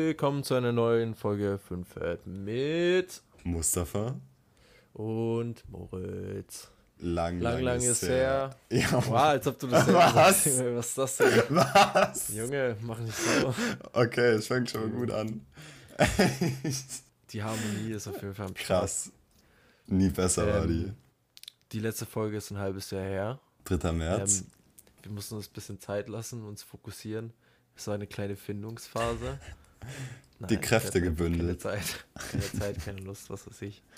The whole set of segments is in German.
Willkommen zu einer neuen Folge 5 mit Mustafa. und Moritz. Lang ist her. Ja, Wow, als ob du das was? sagst. Was ist das denn? Was? Junge, mach nicht so. Okay, es fängt schon mal gut an. Die Harmonie ist auf jeden Fall am Start. Krass. Nie besser war die. Die letzte Folge ist ein halbes Jahr her. 3. März. Wir mussten uns ein bisschen Zeit lassen, uns fokussieren. Es war eine kleine Findungsphase. Die Kräfte gebündelt. Keine Zeit, keine Lust, was weiß ich.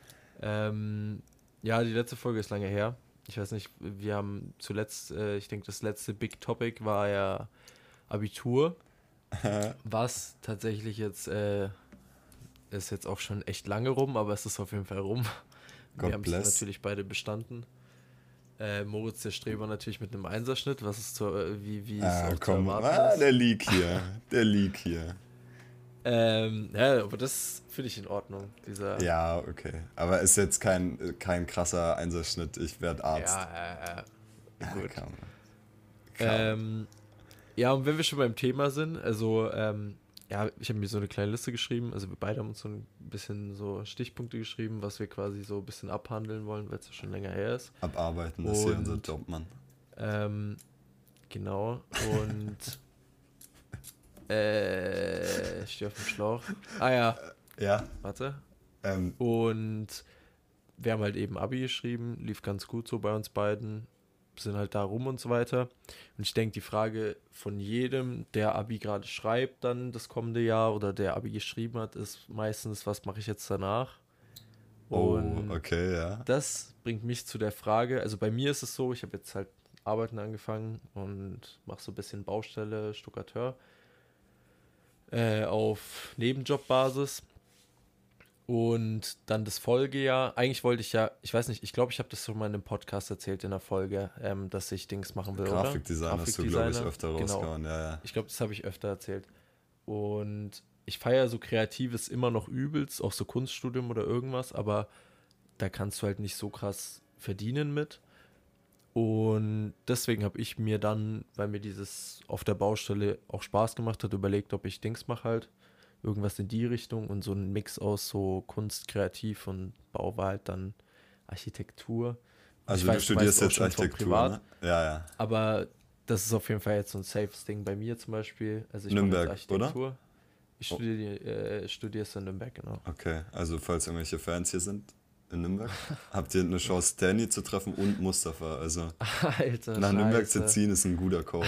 Ja, die letzte Folge ist lange her. Ich weiß nicht, wir haben zuletzt, ich denke, das letzte Big Topic war ja Abitur. Was tatsächlich jetzt, ist jetzt auch schon echt lange rum, aber es ist auf jeden Fall rum. Wir haben es natürlich beide bestanden. Moritz der Streber natürlich mit einem Einserschnitt, was ist wie es auch zu erwarten ist. Der Leak hier. Ja, aber das finde ich in Ordnung. Ja, okay. Aber ist jetzt kein krasser Einserschnitt, ich werde Arzt. Ja, gut. Ja, und wenn wir schon beim Thema sind, also, ja, ich habe mir so eine kleine Liste geschrieben, also wir beide haben uns so ein bisschen so Stichpunkte geschrieben, was wir quasi so ein bisschen abhandeln wollen, weil es ja schon länger her ist. Abarbeiten ist hier unser Job, Mann. Genau, und ich stehe auf dem Schlauch. Ja. Warte. Und wir haben halt eben Abi geschrieben, lief ganz gut so bei uns beiden, sind halt da rum und so weiter. Und ich denke, die Frage von jedem, der Abi gerade schreibt dann das kommende Jahr oder der Abi geschrieben hat, ist meistens, was mache ich jetzt danach? Und okay, ja. das bringt mich zu der Frage, also bei mir ist es so, ich habe jetzt halt Arbeiten angefangen und mache so ein bisschen Baustelle, Stuckateur auf Nebenjobbasis. Und dann das Folgejahr, eigentlich wollte ich ja, ich weiß nicht, ich glaube, ich habe das schon mal in einem Podcast erzählt in der Folge, dass ich Dings machen will, Grafikdesign hast du, glaube ich, öfter rausgehauen. Genau. Ja. Ich glaube, das habe ich öfter erzählt. Und ich feiere so Kreatives immer noch übelst, auch so Kunststudium oder irgendwas, aber da kannst du halt nicht so krass verdienen mit. Und deswegen habe ich mir dann, weil mir dieses auf der Baustelle auch Spaß gemacht hat, überlegt, ob ich Dings mache halt. Irgendwas in die Richtung und so ein Mix aus so Kunst, Kreativ und Bau war halt dann Architektur. Also du studierst jetzt Architektur, privat, ne? Ja. Aber das ist auf jeden Fall jetzt so ein safes Ding bei mir zum Beispiel. Also ich Nürnberg, Architektur. Oder? Ich studiere es in Nürnberg, genau. Okay, also falls irgendwelche Fans hier sind in Nürnberg, habt ihr eine Chance, Danny zu treffen und Mustafa. Also Alter, nach Nürnberg zu ziehen ist ein guter Call.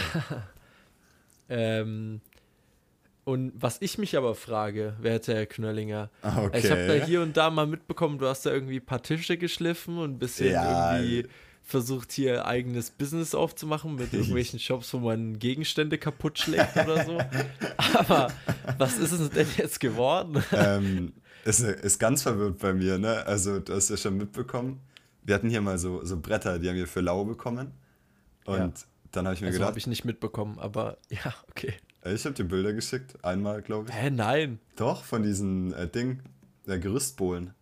Und was ich mich aber frage, werter Herr Knöllinger, okay. Ich habe da hier und da mal mitbekommen, du hast da irgendwie ein paar Tische geschliffen und ein bisschen irgendwie versucht, hier eigenes Business aufzumachen mit irgendwelchen Shops, wo man Gegenstände kaputt schlägt oder so. Aber was ist es denn jetzt geworden? Ist ganz verwirrt bei mir, ne? Also du hast ja schon mitbekommen, wir hatten hier mal so Bretter, die haben wir für lau bekommen. Und dann habe ich mir gedacht... habe ich nicht mitbekommen, aber ja, okay. Ich habe dir Bilder geschickt, einmal, glaube ich. Hä, nein. Doch, von diesen Gerüstbohlen.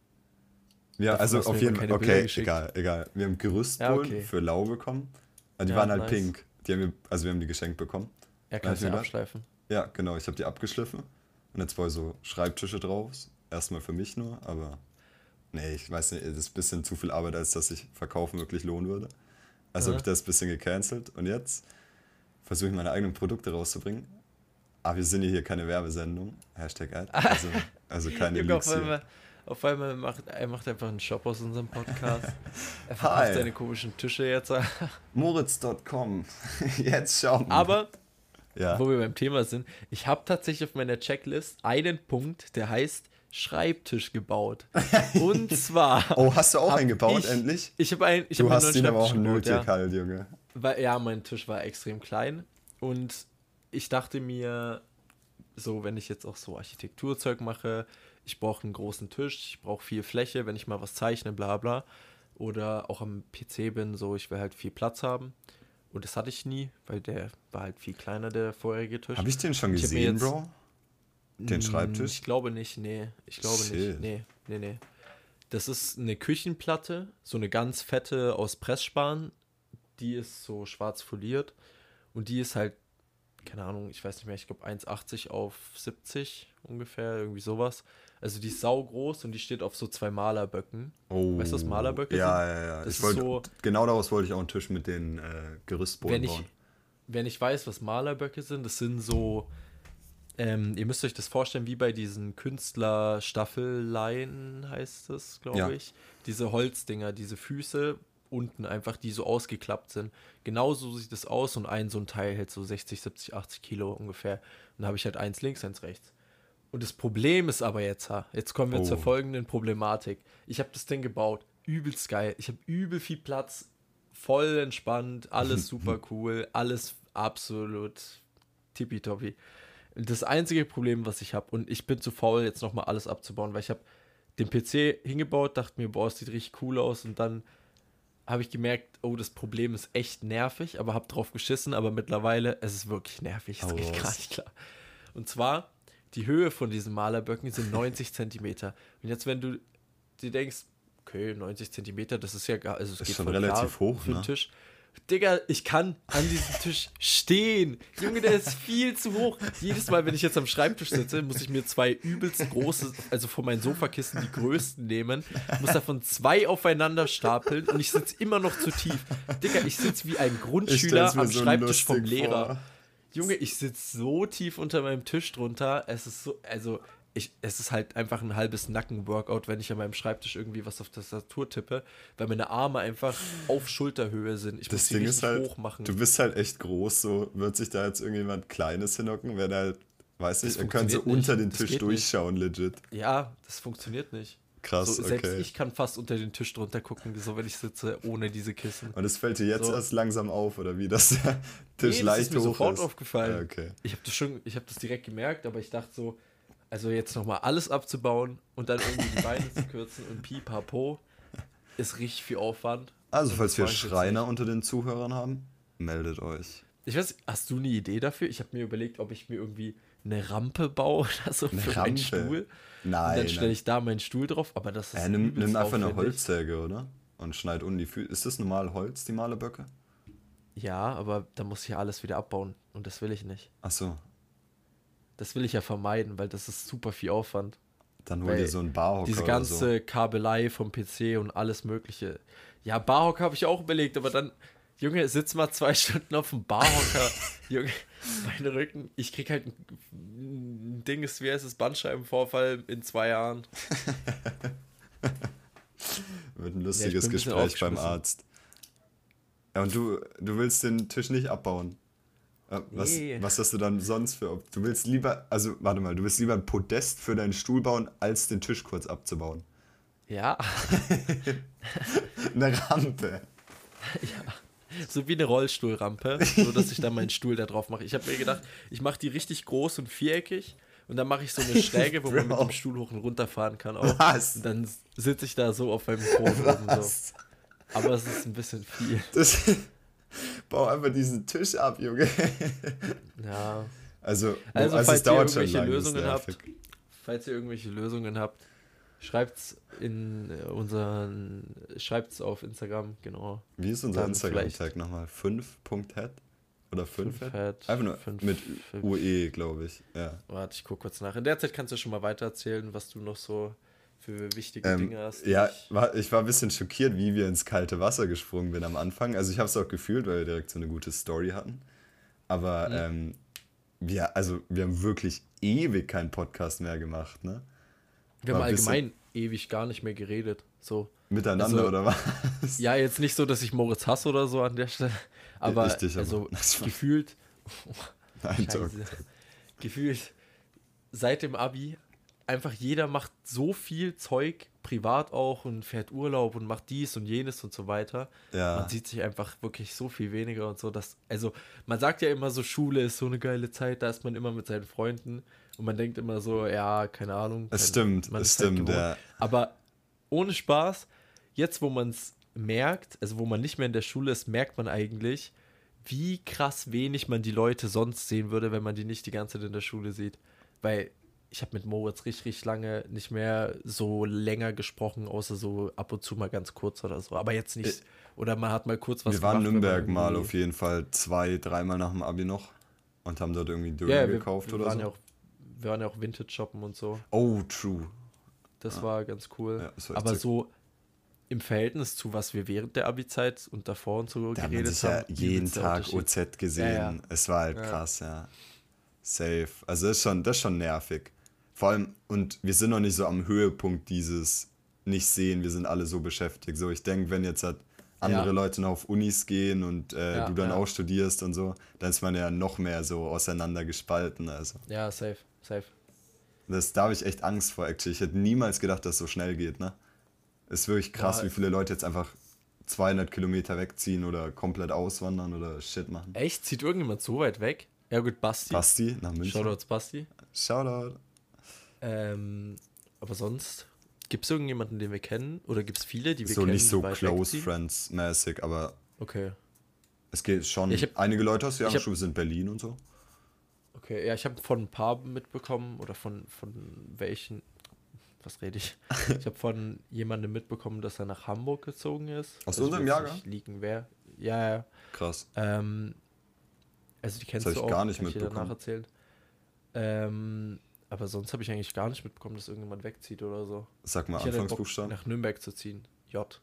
Ja, also auf jeden Fall, okay, egal. Wir haben Gerüstbohlen für lau bekommen. Also die waren halt pink. Wir haben die geschenkt bekommen. Ja, kannst du abschleifen. Ja, genau, ich habe die abgeschliffen. Und jetzt war so Schreibtische drauf. Erstmal für mich nur, aber nee, ich weiß nicht, das ist ein bisschen zu viel Arbeit, als dass sich Verkaufen wirklich lohnen würde. Also habe ich das ein bisschen gecancelt. Und jetzt versuche ich meine eigenen Produkte rauszubringen. Aber wir sind hier keine Werbesendung. #Ad. Also keine Leaks hier. Auf einmal macht einfach einen Shop aus unserem Podcast. Er verkauft seine komischen Tische jetzt. Moritz.com. Jetzt schauen. Aber, wo wir beim Thema sind, ich habe tatsächlich auf meiner Checklist einen Punkt, der heißt Schreibtisch gebaut. Und zwar... Oh, hast du auch einen gebaut, endlich? Ich habe einen Du hast ihn aber auch nötig halt, Junge. Ja, mein Tisch war extrem klein. Und ich dachte mir, so, wenn ich jetzt auch so Architekturzeug mache, ich brauche einen großen Tisch, ich brauche viel Fläche, wenn ich mal was zeichne, bla bla. Oder auch am PC bin, so, ich will halt viel Platz haben. Und das hatte ich nie, weil der war halt viel kleiner, der vorherige Tisch. Habe ich den schon gesehen, Bro? Den Schreibtisch? Ich glaube nicht, nee. Nee. Das ist eine Küchenplatte, so eine ganz fette aus Pressspan. Die ist so schwarz foliert. Und die ist halt keine Ahnung, ich weiß nicht mehr, ich glaube 1,80 auf 70 ungefähr, irgendwie sowas. Also die ist saugroß und die steht auf so 2 Malerböcken. Oh. Weißt du, was Malerböcke sind? Ja. Das ist so, Genau daraus wollte ich auch einen Tisch mit den Gerüstboden bauen. wenn ich weiß, was Malerböcke sind, das sind so, ihr müsst euch das vorstellen, wie bei diesen Künstlerstaffeleien heißt es, glaube ich. Diese Holzdinger, diese Füße unten einfach, die so ausgeklappt sind. Genauso sieht es aus und so ein Teil hält so 60, 70, 80 Kilo ungefähr. Und dann habe ich halt eins links, eins rechts. Und das Problem ist aber jetzt kommen wir zur folgenden Problematik. Ich habe das Ding gebaut, übelst geil. Ich habe übel viel Platz, voll entspannt, alles super cool, alles absolut tippitoppi. Das einzige Problem, was ich habe, und ich bin zu faul, jetzt nochmal alles abzubauen, weil ich habe den PC hingebaut, dachte mir, boah, es sieht richtig cool aus und dann habe ich gemerkt, oh, das Problem ist echt nervig, aber habe drauf geschissen, aber mittlerweile, es ist wirklich nervig, es geht gar nicht klar. Und zwar, die Höhe von diesen Malerböcken sind 90 Zentimeter. Und jetzt, wenn du dir denkst, okay, 90 Zentimeter, das ist ja gar, also es ist geht schon voll relativ klar hoch, für den ne? Tisch. Digga, ich kann an diesem Tisch stehen. Junge, der ist viel zu hoch. Jedes Mal, wenn ich jetzt am Schreibtisch sitze, muss ich mir 2 übelst große, also von meinen Sofakissen die größten nehmen, muss davon 2 aufeinander stapeln und ich sitze immer noch zu tief. Digga, ich sitze wie ein Grundschüler am so Schreibtisch vom lustig Lehrer. vor. Junge, ich sitze so tief unter meinem Tisch drunter. Es ist so, es ist halt einfach ein halbes Nacken-Workout, wenn ich an meinem Schreibtisch irgendwie was auf Tastatur tippe, weil meine Arme einfach auf Schulterhöhe sind. Ich muss Das die Ding richtig ist halt, hoch machen. du bist halt echt groß, so wird sich da jetzt irgendjemand Kleines hinhocken, wenn er halt, weiß nicht, er kann so funktioniert unter nicht. den Das Tisch geht durchschauen, legit. Ja, das funktioniert nicht. Krass, So, selbst okay. ich kann fast unter den Tisch drunter gucken, so wenn ich sitze, ohne diese Kissen. Und es fällt dir jetzt So. erst langsam auf, oder wie, dass der Tisch Nee, das leicht ist mir hoch sofort ist? aufgefallen. Ja, okay. Ich habe das direkt gemerkt, aber ich dachte so, also jetzt nochmal alles abzubauen und dann irgendwie die Beine zu kürzen und pipapo, ist richtig viel Aufwand. Also, Und falls das wir mach ich jetzt Schreiner nicht. unter den Zuhörern haben, meldet euch. Ich weiß, hast du eine Idee dafür? Ich habe mir überlegt, ob ich mir irgendwie eine Rampe baue oder so Eine für meinen Rampe? Stuhl. Und Nein. dann stelle ich da meinen Stuhl drauf, aber das ist Nimm übelst einfach eine aufwendig. Holzsäge, oder? Und schneid unten die Füße. Ist das normal Holz, die Malerböcke? Ja, aber da muss ich ja alles wieder abbauen und das will ich nicht. Achso, Das will ich ja vermeiden, weil das ist super viel Aufwand. dann hol Weil dir so einen Barhocker Diese oder ganze so. Kabelei vom PC und alles mögliche. Ja, Barhocker habe ich auch überlegt, aber dann, Junge, sitz mal 2 Stunden auf dem Barhocker. Junge, mein Rücken, ich krieg halt ein Ding, ist wie heißt es, Bandscheibenvorfall in 2 Jahren. Wird ein Ja, lustiges ich bin ein bisschen Gespräch beim aufgeschmissen. Arzt. Ja, und du willst den Tisch nicht abbauen. Nee. Was hast du dann sonst für... Du willst lieber... Also, warte mal. Du willst lieber ein Podest für deinen Stuhl bauen, als den Tisch kurz abzubauen. Ja, Eine Rampe. so wie eine Rollstuhlrampe, so dass ich dann meinen Stuhl da drauf mache. Ich habe mir gedacht, ich mache die richtig groß und viereckig und dann mache ich so eine Schräge, wo man mit dem Stuhl hoch und runter fahren kann auch. Was? Und dann sitze ich da so auf meinem Thron oben so. Was? Aber es ist ein bisschen viel. Bau einfach diesen Tisch ab, Junge. Ja. Also Also, es falls ihr dauert schon irgendwelche lange, das ist Lösungen habt, nervig. falls ihr irgendwelche Lösungen habt, schreibt's schreibt's auf Instagram, genau. Wie ist unser Dann Instagram-Tag nochmal? 5.head? Oder 5head? Head, Einfach nur 5 mit UE, glaube ich. Ja. Warte, ich gucke kurz nach. In der Zeit kannst du schon mal weiter erzählen, was du noch so für wichtige Dinge hast. die Ja, ich- ich war ein bisschen schockiert, wie wir ins kalte Wasser gesprungen sind am Anfang. Also ich habe es auch gefühlt, weil wir direkt so eine gute Story hatten. Aber wir haben wirklich ewig keinen Podcast mehr gemacht, ne? Wir haben War ein bisschen- allgemein ewig gar nicht mehr geredet. So. Miteinander Also, oder was? Ja, jetzt nicht so, dass ich Moritz hasse oder so an der Stelle, aber Ich dich aber. also Das war- gefühlt, Nein, Talk. Scheiße. Gefühlt seit dem Abi einfach jeder macht so viel Zeug, privat auch und fährt Urlaub und macht dies und jenes und so weiter. Ja. Man sieht sich einfach wirklich so viel weniger und so. Also man sagt ja immer so, Schule ist so eine geile Zeit, da ist man immer mit seinen Freunden und man denkt immer so, ja, keine Ahnung. Es stimmt, man es ist halt stimmt, gewohnt. ja. Aber ohne Spaß, jetzt wo man es merkt, also wo man nicht mehr in der Schule ist, merkt man eigentlich, wie krass wenig man die Leute sonst sehen würde, wenn man die nicht die ganze Zeit in der Schule sieht. Weil ich habe mit Moritz richtig lange nicht mehr so länger gesprochen, außer so ab und zu mal ganz kurz oder so. Aber jetzt nicht. Oder man hat mal kurz was Wir waren in gemacht, wenn man Nürnberg mal irgendwie- auf jeden Fall 2-3 Mal nach dem Abi noch. und haben dort irgendwie Döner gekauft oder so. Wir waren ja auch Vintage shoppen und so. Oh, true. Das war ganz cool. Ja, das war aber sick. so im Verhältnis zu was wir während der Abi-Zeit und davor und so Da haben geredet sich ja haben. jeden Tag OZ gesehen. Ja. Es war halt krass, ja. Safe. Also das ist schon nervig. Vor allem, und wir sind noch nicht so am Höhepunkt dieses Nicht-Sehen, wir sind alle so beschäftigt. So, ich denke, wenn jetzt halt andere Leute noch auf Unis gehen und du dann auch studierst und so, dann ist man ja noch mehr so auseinander gespalten. Also. Ja, safe. Da habe ich echt Angst vor, actually. Ich hätte niemals gedacht, dass es so schnell geht, ne? Ist wirklich krass, wie viele Leute jetzt einfach 200 Kilometer wegziehen oder komplett auswandern oder Shit machen. Echt? Zieht irgendjemand so weit weg? Ja gut, Basti. Basti nach München. Shoutouts Basti. Shoutout. Aber sonst, gibt es irgendjemanden, den wir kennen? Oder gibt es viele, die wir so kennen, nicht so die weit Close wegziehen? Friends mäßig, aber Okay. es geht schon. Einige Leute aus der Jahrgangsstufe sind in Berlin und so. Okay, ja, ich habe von ein paar mitbekommen oder von welchen, was rede ich? Ich habe von jemandem mitbekommen, dass er nach Hamburg gezogen ist. Aus unserem Jahrgang? Liegen wer? Ja. Krass. Also die kennst das du ich auch, gar nicht kann ich dir mitbekommen. danach erzählen. Aber sonst habe ich eigentlich gar nicht mitbekommen, dass irgendjemand wegzieht oder so. Sag mal ich hatte Bock, Anfangsbuchstaben. nach Nürnberg zu ziehen. J.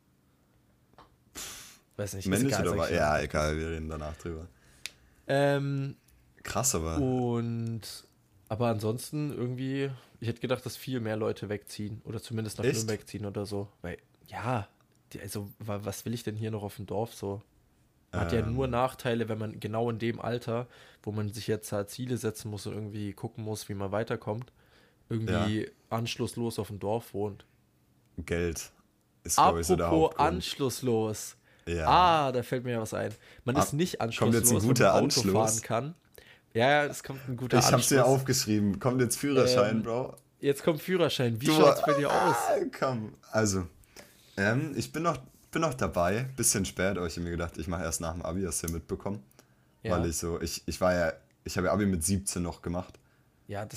Weiß nicht. Männlich egal, oder war? Ja, egal, wir reden danach drüber. Krass, aber. Aber ansonsten irgendwie, ich hätte gedacht, dass viel mehr Leute wegziehen oder zumindest nach Nürnberg ziehen oder so. Weil, ja, also was will ich denn hier noch auf dem Dorf so? Man hat ja nur Nachteile, wenn man genau in dem Alter, wo man sich jetzt halt Ziele setzen muss und irgendwie gucken muss, wie man weiterkommt, irgendwie anschlusslos auf dem Dorf wohnt. Geld ist, glaube ich, so der Hauptgrund. Apropos anschlusslos. Ja. Da fällt mir ja was ein. Man ist nicht anschlusslos, kommt jetzt ein guter wenn man Auto Anschluss? fahren kann. Ja, es kommt ein guter Anschluss. Ich hab's dir aufgeschrieben. Kommt jetzt Führerschein, Bro? Jetzt kommt Führerschein. Wie schaut's bei dir aus? Komm. Also, ich bin noch dabei. Bisschen spät, aber ich habe mir gedacht, ich mache erst nach dem Abi, hast du ja mitbekommen. Ja. Weil ich habe Abi mit 17 noch gemacht. Ja,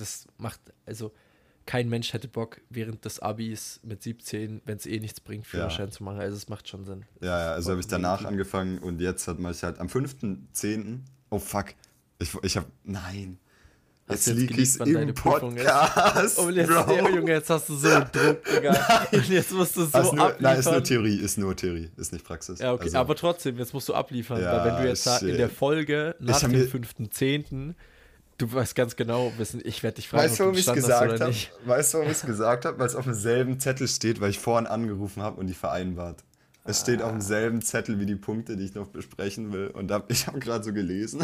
kein Mensch hätte Bock, während des Abis mit 17, wenn es nichts bringt, Führerschein zu machen. Also es macht schon Sinn. Ja, also habe ich danach angefangen und jetzt mache ich halt am 5.10. Oh fuck. Nein. Jetzt liege ich im Podcast. Oh, Junge, jetzt hast du so einen Druck, Digga. Und jetzt musst du so abliefern. Nein, ist nur Theorie, ist nicht Praxis. Ja, okay, also, aber trotzdem, jetzt musst du abliefern, weil wenn du jetzt in der Folge nach dem 5.10., du weißt ganz genau, ich werde dich fragen, weißt du, warum ich es gesagt habe? Weißt du, warum ich es gesagt habe? Weil es auf demselben Zettel steht, weil ich vorhin angerufen habe und die vereinbart. Es steht auf demselben Zettel wie die Punkte, die ich noch besprechen will. Und ich habe gerade so gelesen.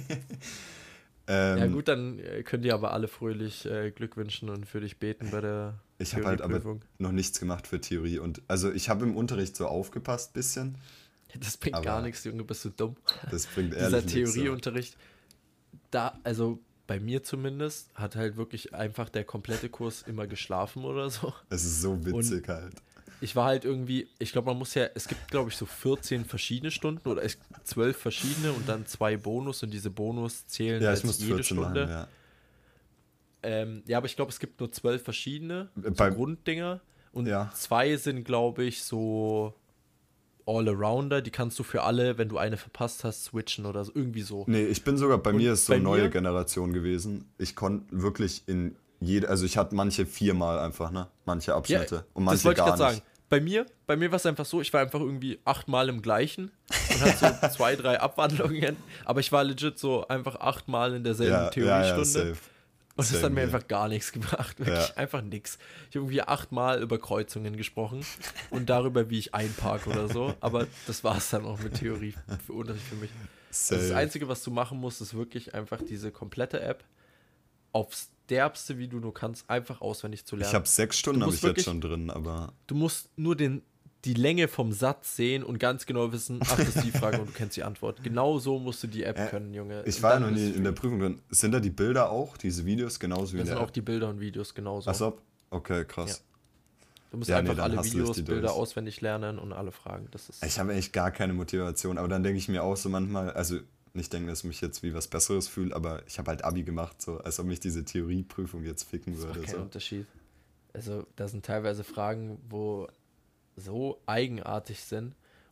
Ja gut, dann können die aber alle fröhlich Glück wünschen und für dich beten bei der Ich habe halt aber noch nichts gemacht für Theorie. Und also ich habe im Unterricht so aufgepasst, bisschen. Das bringt gar nichts, Junge, bist du dumm. Das bringt ehrlich nichts. Dieser Theorieunterricht, also bei mir zumindest, hat halt wirklich einfach der komplette Kurs immer geschlafen oder so. Es ist so witzig halt. Ich war halt irgendwie, ich glaube, es gibt, glaube ich, so 14 verschiedene Stunden oder 12 verschiedene und dann 2 Bonus und diese Bonus zählen als jede Stunde. Machen, ja. Ja, aber ich glaube, es gibt nur 12 verschiedene Grunddinger und 2 sind, glaube ich, so All-Arounder, die kannst du für alle, wenn du eine verpasst hast, switchen oder so, irgendwie so. Nee, bei mir ist so neue Generation gewesen. Ich konnte wirklich also ich hatte manche 4-mal einfach, ne? Manche Abschnitte. Ja, und manche das wollte gar ich gerade nicht. sagen. Bei mir war es einfach so, ich war einfach irgendwie 8-mal im gleichen und hatte so 2, 3 Abwandlungen, aber ich war legit so einfach 8-mal in derselben Theoriestunde. Ja, und das hat mir einfach gar nichts gebracht. Wirklich einfach nichts. Ich habe irgendwie 8-mal über Kreuzungen gesprochen und darüber, wie ich einparke oder so. Aber das war es dann auch mit Theorie für Unterricht für mich. Also das Einzige, was du machen musst, ist wirklich einfach diese komplette App aufs Derbste, wie du nur kannst, einfach auswendig zu lernen. Ich habe 6 Stunden jetzt schon drin, aber... Du musst nur die Länge vom Satz sehen und ganz genau wissen, das ist die Frage und du kennst die Antwort. Genau so musst du die App können, Junge. Ich war ja noch nie in der Prüfung drin. Sind da die Bilder auch, diese Videos, genauso wie in der App? Das sind auch die Bilder und Videos genauso. Achso, okay, krass. Ja. Du musst einfach alle Videos, Bilder auswendig lernen und alle Fragen. Ich habe echt gar keine Motivation, aber dann denke ich mir auch so manchmal, also nicht denken, dass ich mich jetzt wie was Besseres fühle, aber ich habe halt Abi gemacht, so als ob mich diese Theorieprüfung jetzt ficken würde. Das macht keinen Unterschied. Also da sind teilweise Fragen, wo so eigenartig sind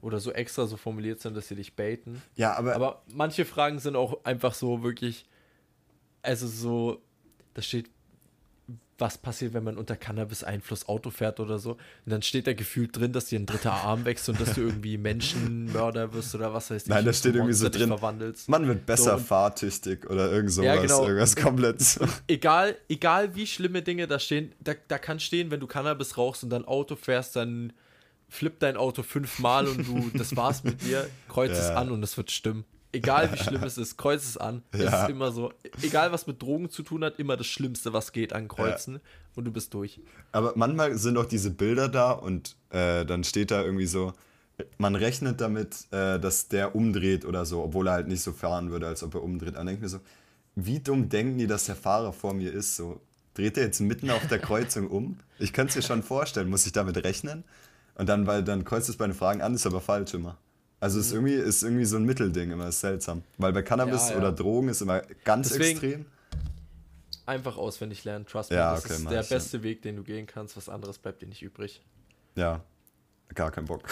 oder so extra so formuliert sind, dass sie dich baiten. Ja, Aber manche Fragen sind auch einfach so wirklich, also so, da steht, was passiert, wenn man unter Cannabis-Einfluss Auto fährt oder so. Und dann steht da gefühlt drin, dass dir ein dritter Arm wächst und dass du irgendwie Menschenmörder wirst oder was weiß ich. Nein, da steht irgendwie so drin, verwandelst. man wird besser so, fahrtüchtig oder irgend sowas, ja, genau. irgendwas komplett. Egal wie schlimme Dinge da stehen, da kann stehen, wenn du Cannabis rauchst und dann Auto fährst, dann flippt dein Auto 5-mal und das war's mit dir, kreuz es an und es wird stimmen. Egal wie schlimm es ist, kreuz es an. Es ist immer so, egal was mit Drogen zu tun hat, immer das Schlimmste, was geht, ankreuzen und du bist durch. Aber manchmal sind auch diese Bilder da und dann steht da irgendwie so, man rechnet damit, dass der umdreht oder so, obwohl er halt nicht so fahren würde, als ob er umdreht. Dann denke ich mir so, wie dumm denken die, dass der Fahrer vor mir ist? So, dreht er jetzt mitten auf der Kreuzung um? Ich könnte es mir schon vorstellen, muss ich damit rechnen? Und dann, weil dann kreuzt es bei den Fragen an, ist aber falsch immer. Also ist irgendwie so ein Mittelding, immer ist seltsam. Weil bei Cannabis oder Drogen ist immer ganz extrem. Einfach auswendig lernen, trust me. Ja, das ist der beste Weg, den du gehen kannst. Was anderes bleibt dir nicht übrig. Ja, gar kein Bock.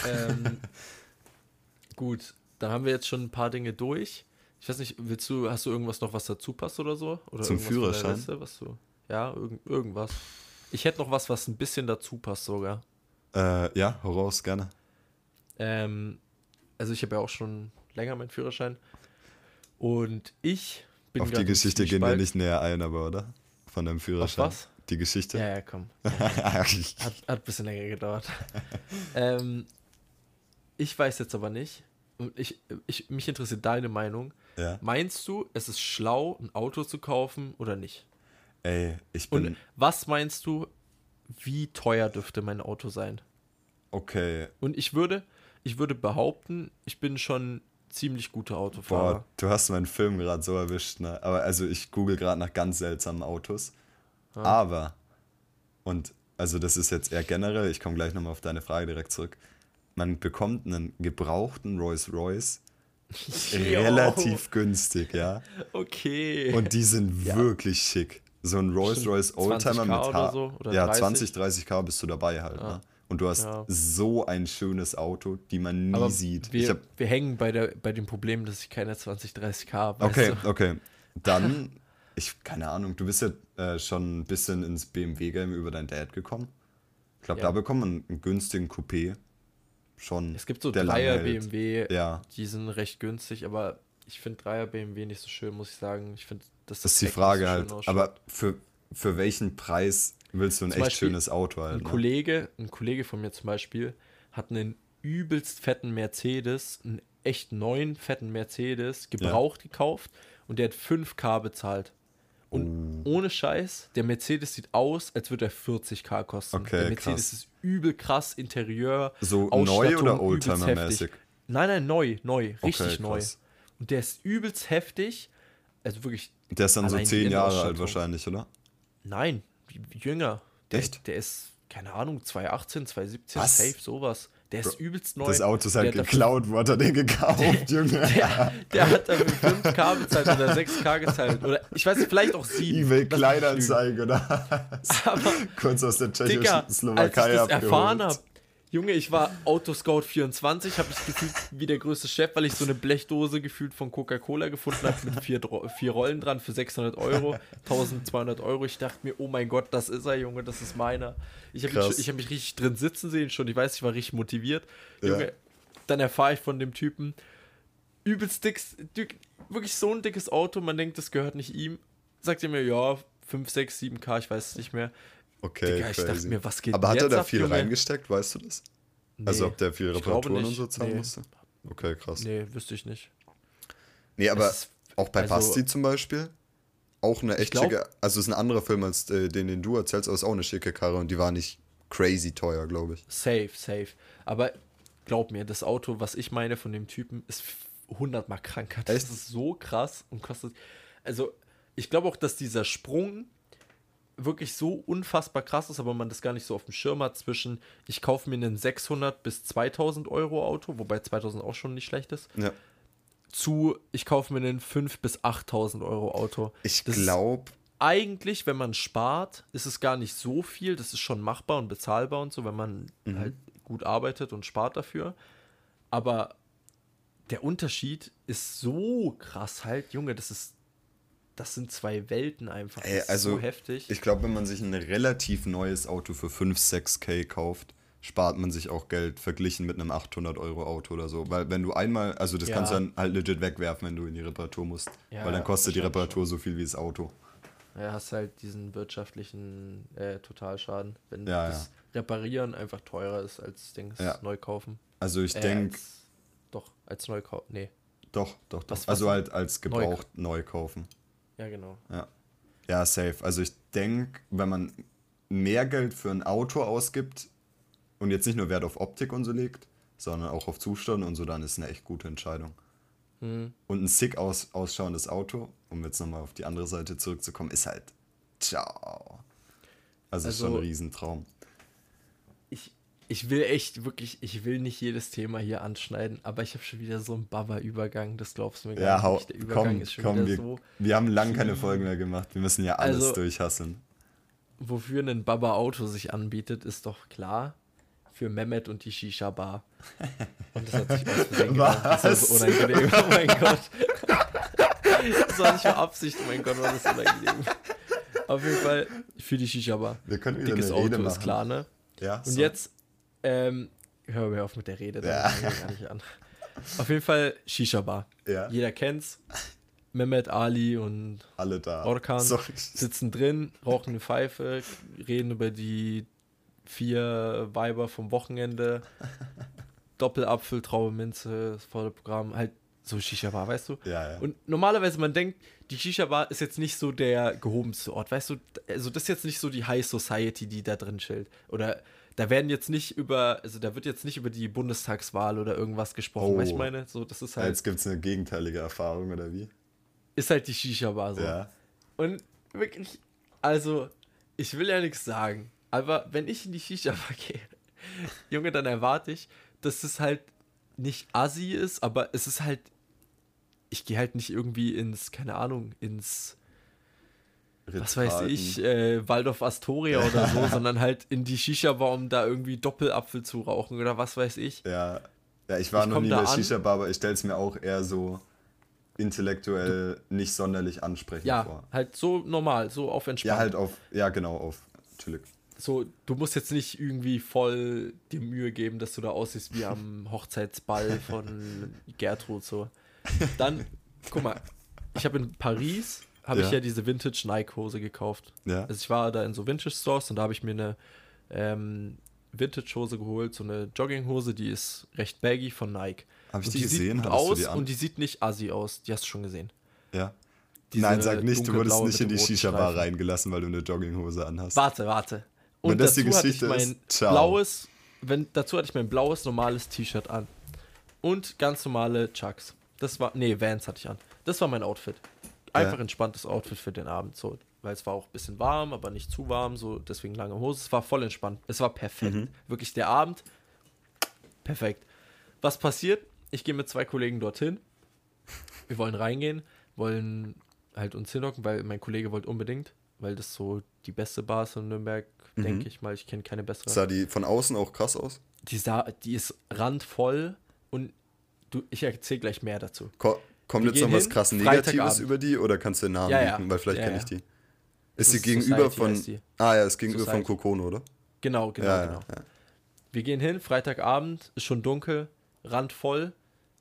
Gut, dann haben wir jetzt schon ein paar Dinge durch. Ich weiß nicht, hast du irgendwas noch, was dazu passt oder so? Oder zum Führerschein? Liste, irgendwas. Ich hätte noch was ein bisschen dazu passt sogar. Ja, hau raus, gerne. Also ich habe ja auch schon länger meinen Führerschein und ich bin auf die Geschichte gehen wir nicht näher ein, aber oder? Von deinem Führerschein. Auf was? Die Geschichte? Ja, komm. Hat ein bisschen länger gedauert. Ich weiß jetzt aber nicht, und mich interessiert deine Meinung. Ja. Meinst du, es ist schlau, ein Auto zu kaufen oder nicht? Ey, Und was meinst du, wie teuer dürfte mein Auto sein? Okay. Und ich würde behaupten, ich bin schon ziemlich guter Autofahrer. Boah, du hast meinen Film gerade so erwischt, ne? Aber also ich google gerade nach ganz seltsamen Autos. Ja. Aber, und also das ist jetzt eher generell, ich komme gleich nochmal auf deine Frage direkt zurück. Man bekommt einen gebrauchten Rolls-Royce relativ günstig, ja. Okay. Und die sind wirklich schick. So ein Rolls-Royce Oldtimer mit oder so, oder ja, 30? 30k bist du dabei halt, ne? Und du hast so ein schönes Auto, die man nie sieht. Wir hängen bei dem Problem, dass ich keine 20-30k habe. Okay. Dann, keine Ahnung, du bist ja schon ein bisschen ins BMW-Game über deinen Dad gekommen. Ich glaube, da bekommt man einen günstigen Coupé schon. Es gibt so Dreier BMW, die sind recht günstig, aber ich finde Dreier BMW nicht so schön, muss ich sagen. Ich finde, das ist die Frage halt. Aber für welchen Preis willst du ein echt schönes Auto halt? Ein Kollege von mir zum Beispiel hat einen übelst fetten Mercedes, einen echt neuen fetten Mercedes, gebraucht gekauft und der hat 5k bezahlt. Und ohne Scheiß, der Mercedes sieht aus, als würde er 40k kosten. Okay, der Mercedes ist übel krass, Interieur, so neu oder Oldtimer-mäßig? Nein, neu, richtig neu. Und der ist übelst heftig, also wirklich. Der ist dann so 10 Jahre alt wahrscheinlich, oder? Nein, jünger. Echt? Der ist, keine Ahnung, 2018, 2017, safe, sowas. Der ist übelst neu. Das Auto ist halt geklaut, wo hat er den gekauft, Junge? Der hat dafür 5k bezahlt oder 6k gezahlt. Oder ich weiß nicht, vielleicht auch 7. eBay Kleinanzeigen oder was? Aber, kurz aus der tschechischen Slowakei als ich das erfahren habe, Junge, ich war Autoscout24, habe ich gefühlt wie der größte Chef, weil ich so eine Blechdose gefühlt von Coca-Cola gefunden habe mit 4 Rollen dran für 600 Euro, 1200 Euro. Ich dachte mir, oh mein Gott, das ist er, Junge, das ist meiner. Ich habe mich richtig drin sitzen sehen schon, ich weiß, ich war richtig motiviert. Junge, dann erfahre ich von dem Typen, übelst dickes, wirklich so ein dickes Auto, man denkt, das gehört nicht ihm. Sagt er mir, ja, 5, 6, 7k, ich weiß es nicht mehr. Okay, Digga, ich dachte mir, was geht aber hat er da viel Junge? Reingesteckt, weißt du das? Nee, also ob der viel Reparaturen und so zahlen musste? Okay, krass. Nee, wüsste ich nicht. Nee, aber auch bei Basti zum Beispiel, auch eine echt schicke, also es ist ein anderer Film als den du erzählst, aber es ist auch eine schicke Karre und die war nicht crazy teuer, glaube ich. Safe. Aber glaub mir, das Auto, was ich meine von dem Typen, ist 100-mal kranker. Das ist so krass und kostet, also ich glaube auch, dass dieser Sprung wirklich so unfassbar krass ist, aber man das gar nicht so auf dem Schirm hat zwischen, ich kaufe mir einen 600 bis 2000 Euro Auto, wobei 2000 auch schon nicht schlecht ist, zu, ich kaufe mir einen 5 bis 8000 Euro Auto. Ich glaube, eigentlich, wenn man spart, ist es gar nicht so viel, das ist schon machbar und bezahlbar und so, wenn man halt gut arbeitet und spart dafür. Aber der Unterschied ist so krass halt, Junge, das sind zwei Welten einfach. Das ist so heftig. Ich glaube, wenn man sich ein relativ neues Auto für 5, 6K kauft, spart man sich auch Geld verglichen mit einem 800-Euro-Auto oder so. Weil wenn du einmal, also das kannst du dann halt legit wegwerfen, wenn du in die Reparatur musst. Ja, weil dann kostet die Reparatur so viel wie das Auto. Ja, hast halt diesen wirtschaftlichen Totalschaden, wenn das Reparieren einfach teurer ist als Dings neu kaufen. Also ich denke... Als neu kaufen, nee. Doch. Also halt als gebraucht neu kaufen. Ja, genau. Ja, safe. Also ich denke, wenn man mehr Geld für ein Auto ausgibt und jetzt nicht nur Wert auf Optik und so legt, sondern auch auf Zustand und so, dann ist eine echt gute Entscheidung. Und ein sick ausschauendes Auto, um jetzt nochmal auf die andere Seite zurückzukommen, ist halt ciao. Also ist schon ein Riesentraum. Ich will echt wirklich, ich will nicht jedes Thema hier anschneiden, aber ich habe schon wieder so einen Baba-Übergang, das glaubst du mir gar nicht. Der Übergang ist schon wieder so... Wir haben lange keine Folgen mehr gemacht, wir müssen ja alles durchhasseln. Wofür ein Baba-Auto sich anbietet, ist doch klar, für Mehmet und die Shisha-Bar. Und das hat sich aus Versehen gedacht. Das war so unangenehm, oh mein Gott. Das war nicht für Absicht, oh mein Gott, war das unangenehm. Auf jeden Fall für die Shisha-Bar. Wir können wieder dickes eine Rede Auto machen. Ist klar, ne? Ja, und jetzt, hör mir auf mit der Rede, da fange ich gar nicht an. Auf jeden Fall Shisha-Bar. Ja. Jeder kennt's. Mehmet, Ali und alle da. Orkan sitzen drin, rauchen eine Pfeife, reden über die 4 Weiber vom Wochenende, Doppelapfel, Traube, Minze, das volle Programm, halt so Shisha-Bar, weißt du? Ja. Und normalerweise, man denkt, die Shisha-Bar ist jetzt nicht so der gehobenste Ort, weißt du? Also das ist jetzt nicht so die High Society, die da drin chillt. Oder da wird jetzt nicht über die Bundestagswahl oder irgendwas gesprochen, weißt du, ich meine? So, das ist halt... Jetzt gibt es eine gegenteilige Erfahrung, oder wie? Ist halt die Shisha-Bar so. Ja. Und wirklich, also, ich will ja nichts sagen, aber wenn ich in die Shisha-Bar gehe, Junge, dann erwarte ich, dass es halt nicht assi ist, aber es ist halt, ich gehe halt nicht irgendwie ins, keine Ahnung, ins, was weiß ich, Waldorf Astoria oder so, sondern halt in die Shisha-Bar, um da irgendwie Doppelapfel zu rauchen oder was weiß ich. Ja, ich war noch nie in der Shisha-Bar, aber ich stelle es mir auch eher so intellektuell nicht sonderlich ansprechend vor. Ja, halt so normal, so auf entspannt. Auf chillig. So, du musst jetzt nicht irgendwie voll dir Mühe geben, dass du da aussiehst wie am Hochzeitsball von Gertrud, so. Dann, guck mal, ich habe in Paris, ich ja diese Vintage Nike-Hose gekauft. Ja. Also ich war da in so Vintage-Stores und da habe ich mir eine Vintage-Hose geholt, so eine Jogginghose, die ist recht baggy von Nike. Habe ich die gesehen? Sieht gut aus und die sieht nicht assi aus. Die hast du schon gesehen. Ja. Nein, sag nicht, du wurdest nicht in die Shisha-Bar reingelassen, weil du eine Jogginghose anhast. Warte. Und dazu hatte ich mein dazu hatte ich mein blaues, normales T-Shirt an. Und ganz normale Chucks. Vans hatte ich an. Das war mein Outfit. Einfach entspanntes Outfit für den Abend, so. Weil es war auch ein bisschen warm, aber nicht zu warm, so deswegen lange Hose. Es war voll entspannt. Es war perfekt. Wirklich der Abend, perfekt. Was passiert? Ich gehe mit 2 Kollegen dorthin. Wir wollen reingehen, wollen halt uns hinhocken, weil mein Kollege wollte unbedingt, weil das so die beste Bar ist in Nürnberg, denke ich mal. Ich kenne keine bessere. Sah die von außen auch krass aus? Die ist randvoll und ich erzähle gleich mehr dazu. Kommt jetzt noch was krass Negatives über die oder kannst du den Namen bieten? Weil vielleicht kenne ich die. Ist die gegenüber von... ist gegenüber von Kokono, oder? Genau. Ja. Wir gehen hin, Freitagabend, ist schon dunkel, randvoll.